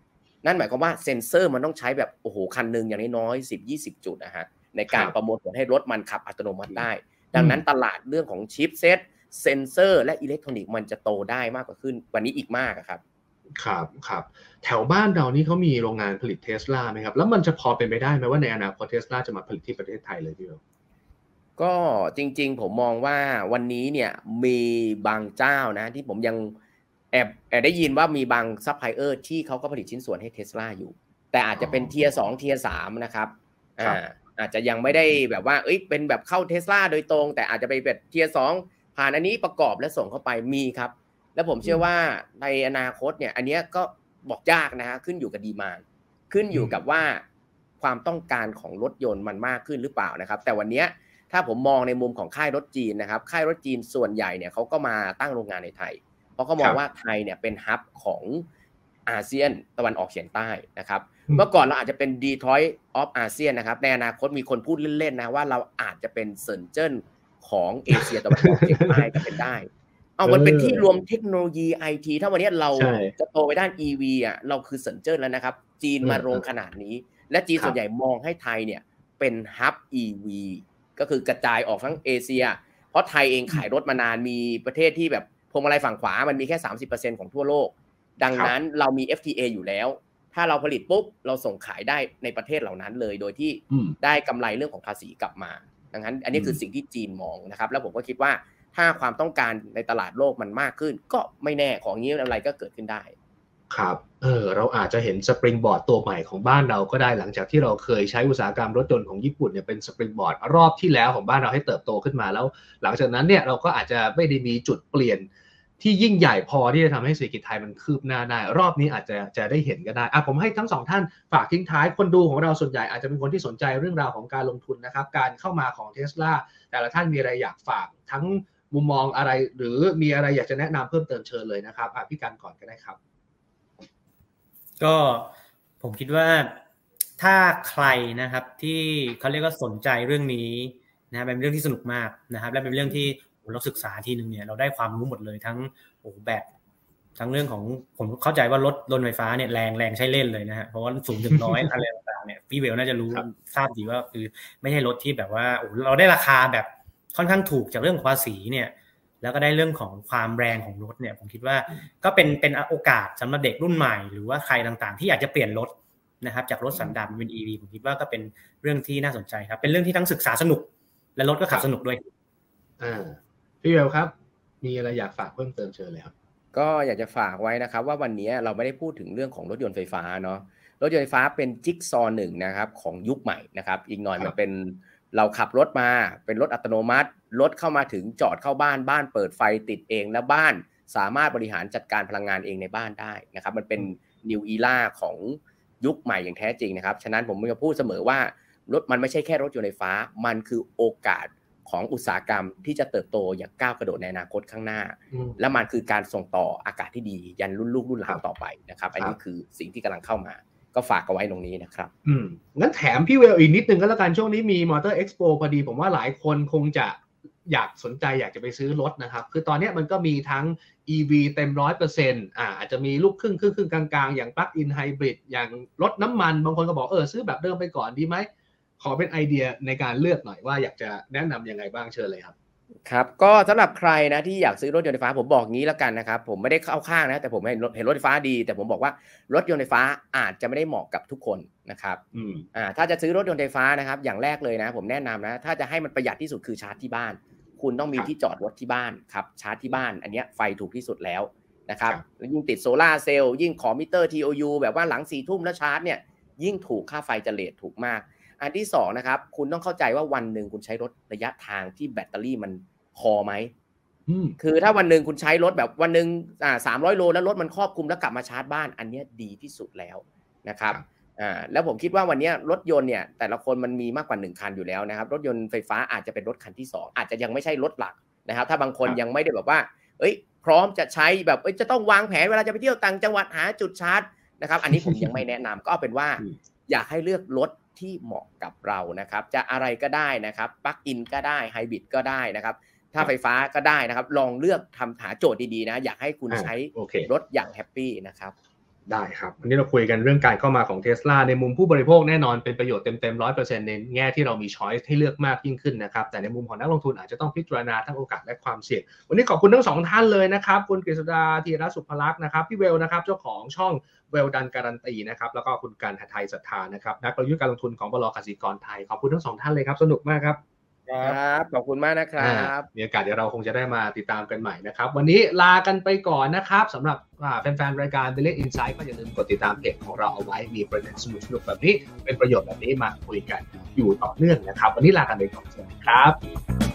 นั่นหมายความว่าเซ็นเซอร์มันต้องใช้แบบโอ้โหคันนึงอย่างน้อยๆ สิบถึงยี่สิบ จุดนะฮะในการประมวลผลให้รถมันขับอัตโนมัติได้ดังนั้นตลาดเรื่องของชิปเซตเซ็นเซอร์และอิเล็กทรอนิกส์มันจะโตได้มากกว่าขึ้นกว่านี้อีกมากครับครับครับแถวบ้านเรานี่เขามีโรงงานผลิต Tesla ไหมครับแล้วมันจะพอเป็นไปได้ไหมว่าในอนาคต Tesla จะมาผลิตที่ประเทศไทยเลยพี่เบลก็จริงๆผมมองว่าวันนี้เนี่ยมีบางเจ้านะที่ผมยังแอบแอบได้ยินว่ามีบางซัพพลายเออร์ที่เขาก็ผลิตชิ้นส่วนให้ Tesla อยู่แต่อาจจะเป็นเทียร์สองเทียร์สามนะครับอ่าอาจจะยังไม่ได้แบบว่าเอ้ยเป็นแบบเข้า Tesla โดยตรงแต่อาจจะไปเป็นเทียร์สองผ่านอันนี้ประกอบและส่งเข้าไปมีครับแล้วผมเชื่อว่าในอนาคตเนี่ยอันนี้ก็บอกยากนะฮะขึ้นอยู่กับดีมานด์ขึ้นอยู่กับว่าความต้องการของรถยนต์มันมากขึ้นหรือเปล่านะครับแต่วันนี้ถ้าผมมองในมุมของค่ายรถจีนนะครับค่ายรถจีนส่วนใหญ่เนี่ยเขาก็มาตั้งโรงงานในไทยเพราะเขามองว่าไทยเนี่ยเป็นฮับของอาเซียนตะวันออกเฉียงใต้นะครับเมื่อก่อนเราอาจจะเป็น Detroit of อาเซียนนะครับในอนาคตมีคนพูดเล่นๆนะว่าเราอาจจะเป็นเซินเจิ้นของเอเชียตะวันออกเฉียงใต้ก็เป็นได้เอามันเป็นที่รวมเทคโนโลยี ไอ ที ถ้าวันนี้เราจะโตไปด้าน อี วี อ่ะเราคือเซินเจิ้นแล้วนะครับจีนมาลงขนาดนี้และจีนส่วนใหญ่มองให้ไทยเนี่ยเป็นฮับ อี วี ก็คือกระจายออกทั้งเอเชียเพราะไทยเองขายรถมานานมีประเทศที่แบบพวงมาลัยฝั่งขวามันมีแค่ สามสิบเปอร์เซ็นต์ ของทั่วโลกดังนั้นเรามี เอฟ ที เอ อยู่แล้วถ้าเราผลิตปุ๊บเราส่งขายได้ในประเทศเหล่านั้นเลยโดยที่ได้กำไรเรื่องของภาษีกลับมาดังนั้นอันนี้คือสิ่งที่จีนมองนะครับแล้วผมก็คิดว่าถ้าความต้องการในตลาดโลกมันมากขึ้นก็ไม่แน่ของนี้อะไรก็เกิดขึ้นได้ครับเออเราอาจจะเห็นสปริงบอร์ดตัวใหม่ของบ้านเราก็ได้หลังจากที่เราเคยใช้อุตสาหกรรมรถยนต์ของญี่ปุ่นเนี่ยเป็นสปริงบอร์ดรอบที่แล้วของบ้านเราให้เติบโตขึ้นมาแล้วหลังจากนั้นเนี่ยเราก็อาจจะไม่ได้มีจุดเปลี่ยนที่ยิ่งใหญ่พอที่จะทำให้เศรษฐกิจไทยมันคืบหน้าได้รอบนี้อาจจะจะได้เห็นก็ได้อ่ะผมให้ทั้งสองท่านฝากทิ้งท้ายคนดูของเราส่วนใหญ่อาจจะเป็นคนที่สนใจเรื่องราวของการลงทุนนะครับการเข้ามาของ Tesla แต่ละท่านมีอะไรอยากฝากทั้งมุมมองอะไรหรือมีอะไรอยากจะแนะนำเพิ่มเติมเชิญเลยนะครับอ่ะพี่กันก่อนก็ได้ครับก็ผมคิดว่าถ้าใครนะครับที่เขาเรียกว่าสนใจเรื่องนี้นะเป็นเรื่องที่สนุกมากนะครับและเป็นเรื่องที่เราศึกษาทีนึงเนี่ยเราได้ความรู้หมดเลยทั้งโอ้แบบทั้งเรื่องของผมเข้าใจว่ารถรถไฟฟ้าเนี่ยแรงแรงใช้เล่นเลยนะฮะเพราะว่าสูงถึงน้อยอะไรต่างๆเนี่ยพี่เวลน่าจะรู้ทราบดีว่าคือไม่ใช่รถที่แบบว่าโอ้เราได้ราคาแบบค่อนข้างถูกจากเรื่องภาษีเนี่ยแล้วก็ได้เรื่องของความแรงของรถเนี่ยผมคิดว่าก็เป็นเป็นโอกาสสำหรับเด็กรุ่นใหม่หรือว่าใครต่างๆที่อยากจะเปลี่ยนรถนะครับจากรถสันดาปเป็น อี วี ผมคิดว่าก็เป็นเรื่องที่น่าสนใจครับเป็นเรื่องที่ทั้งศึกษาสนุกและรถก็ขับสนุกด้วยอ่าพี่เวลครับมีอะไรอยากฝากเพิ่มเติมเชิญเลยครับก็อยากจะฝากไว้นะครับว่าวันนี้เราไม่ได้พูดถึงเรื่องของรถยนต์ไฟฟ้าเนาะรถยนต์ไฟฟ้าเป็นจิ๊กซอว์หนึ่งนะครับของยุคใหม่นะครับอีกหน่อยมันเป็นเราขับรถมาเป็นรถอัตโนมัติรถเข้ามาถึงจอดเข้าบ้านบ้านเปิดไฟติดเองและบ้านสามารถบริหารจัดการพลังงานเองในบ้านได้นะครับมันเป็น New Era ของยุคใหม่อย่างแท้จริงนะครับฉะนั้นผมจะพูดเสมอว่ารถมันไม่ใช่แค่รถยนต์ไฟฟ้ามันคือโอกาสของอุตสาหกรรมที่จะเติบโตอย่างก้าวกระโดดในอนาคตข้างหน้าและมันคือการส่งต่ออากาศที่ดียันรุ่นลูกรุ่นหลานต่อไปนะครับอันนี้คือสิ่งที่กำลังเข้ามาก็ฝากเอาไว้ตรงนี้นะครับอืมงั้นแถมพี่เวลอีกนิดนึงก็แล้วกันช่วงนี้มีมอเตอร์เอ็กซ์โปพอดีผมว่าหลายคนคงจะอยากสนใจอยากจะไปซื้อรถนะครับคือตอนนี้มันก็มีทั้ง อี วี เต็ม ร้อยเปอร์เซ็นต์ อ่าอาจจะมีลูกครึ่งครึ่งๆกลางๆอย่าง Plug-in Hybrid อย่างรถน้ำมันบางคนก็บอกเออซื้อแบบเดิมไปก่อนดีไหมขอเป็นไอเดียในการเลือกหน่อยว่าอยากจะแนะนำยังไงบ้างเชิญเลยครับครับก็สำหรับใครนะที่อยากซื้อรถยนต์ไฟฟ้าผมบอกงี้แล้วกันนะครับผมไม่ได้เข้าข้างนะแต่ผมเห็นรถเห็นรถไฟฟ้าดีแต่ผมบอกว่ารถยนต์ไฟฟ้าอาจจะไม่ได้เหมาะกับทุกคนนะครับอืมอ่าถ้าจะซื้อรถยนต์ไฟฟ้านะครับอย่างแรกเลยนะผมแนะนำนะถ้าจะให้มันประหยัดที่สุดคือชาร์จที่บ้านคุณต้องมีที่จอดรถที่บ้านครับชาร์จที่บ้านอันนี้ไฟถูกที่สุดแล้วนะครับแล้วยิ่งติดโซล่าเซลล์ยิ่งขอมิเตอร์ ที โอ ยู แบบว่าหลังสี่ทุ่มแล้วชาร์จเนี่ยยิ่งถูกค่าไฟจะเรทถูกมากอันที่สองนะครับคุณต้องเข้าใจว่าวันหนึ่งคุณใช้รถระยะทางที่แบตเตอรี่มันพอไหมคือถ้าวันหนึ่งคุณใช้รถแบบวันหนึ่งอ่าสามร้อยโลแล้วรถมันครอบคลุมแล้วกลับมาชาร์จบ้านอันนี้ดีที่สุดแล้วนะครับอ่าแล้วผมคิดว่าวันนี้รถยนต์เนี่ยแต่ละคนมันมีมากกว่าหนึ่งคันอยู่แล้วนะครับรถยนต์ไฟฟ้าอาจจะเป็นรถคันที่สองอาจจะยังไม่ใช่รถหลักนะครับถ้าบางคนยังไม่ได้แบบว่าเอ้ยพร้อมจะใช้แบบเอ้ยจะต้องวางแผนเวลาจะไปเที่ยวต่างจังหวัดหาจุดชาร์จนะครับอันนี้ผมยังไม่แนะนำก็เอาเป็นว่าอยากให้เลือกรถที่เหมาะกับเรานะครับจะอะไรก็ได้นะครับปลั๊กอินก็ได้ไฮบริดก็ได้นะครับถ้าไฟฟ้าก็ได้นะครับลองเลือกทำหาโจทย์ดีๆนะอยากให้คุณใช้รถอย่างแฮปปี้นะครับได้ครับวันนี้เราคุยกันเรื่องการเข้ามาของ Tesla ในมุมผู้บริโภคแน่นอนเป็นประโยชน์เต็มๆ หนึ่งร้อยเปอร์เซ็นต์ ในแง่ที่เรามี choice ให้เลือกมากยิ่งขึ้นนะครับแต่ในมุมของนักลงทุนอาจจะต้องพิจารณาทั้งโอกาสและความเสี่ยงวันนี้ขอบคุณทั้งสองท่านเลยนะครับคุณกฤษดาธีรสุภลักษณ์นะครับพี่เวลนะครับเจ้าของช่องเวลดันการันตีนะครับแล้วก็คุณกันหทัยศรัทธานะครับนักกลยุทธ์การลงทุนของบล.กสิกรไทยขอบคุณทั้งสองท่านเลยครับสนุกมากครับครับขอบคุณมากนะครับมีโอกาสเดี๋ยวเราคงจะได้มาติดตามกันใหม่นะครับวันนี้ลากันไปก่อนนะครับสำหรับแฟนๆรายการ Brilliant Insight ก็อย่าลืมกดติดตามเพจของเราเอาไว้มีประเด็นสนุกๆแบบนี้เป็นประโยชน์แบบนี้มาคุยกันอยู่ต่อเนื่องนะครับวันนี้ลากันไปก่อนสวัสดีครับ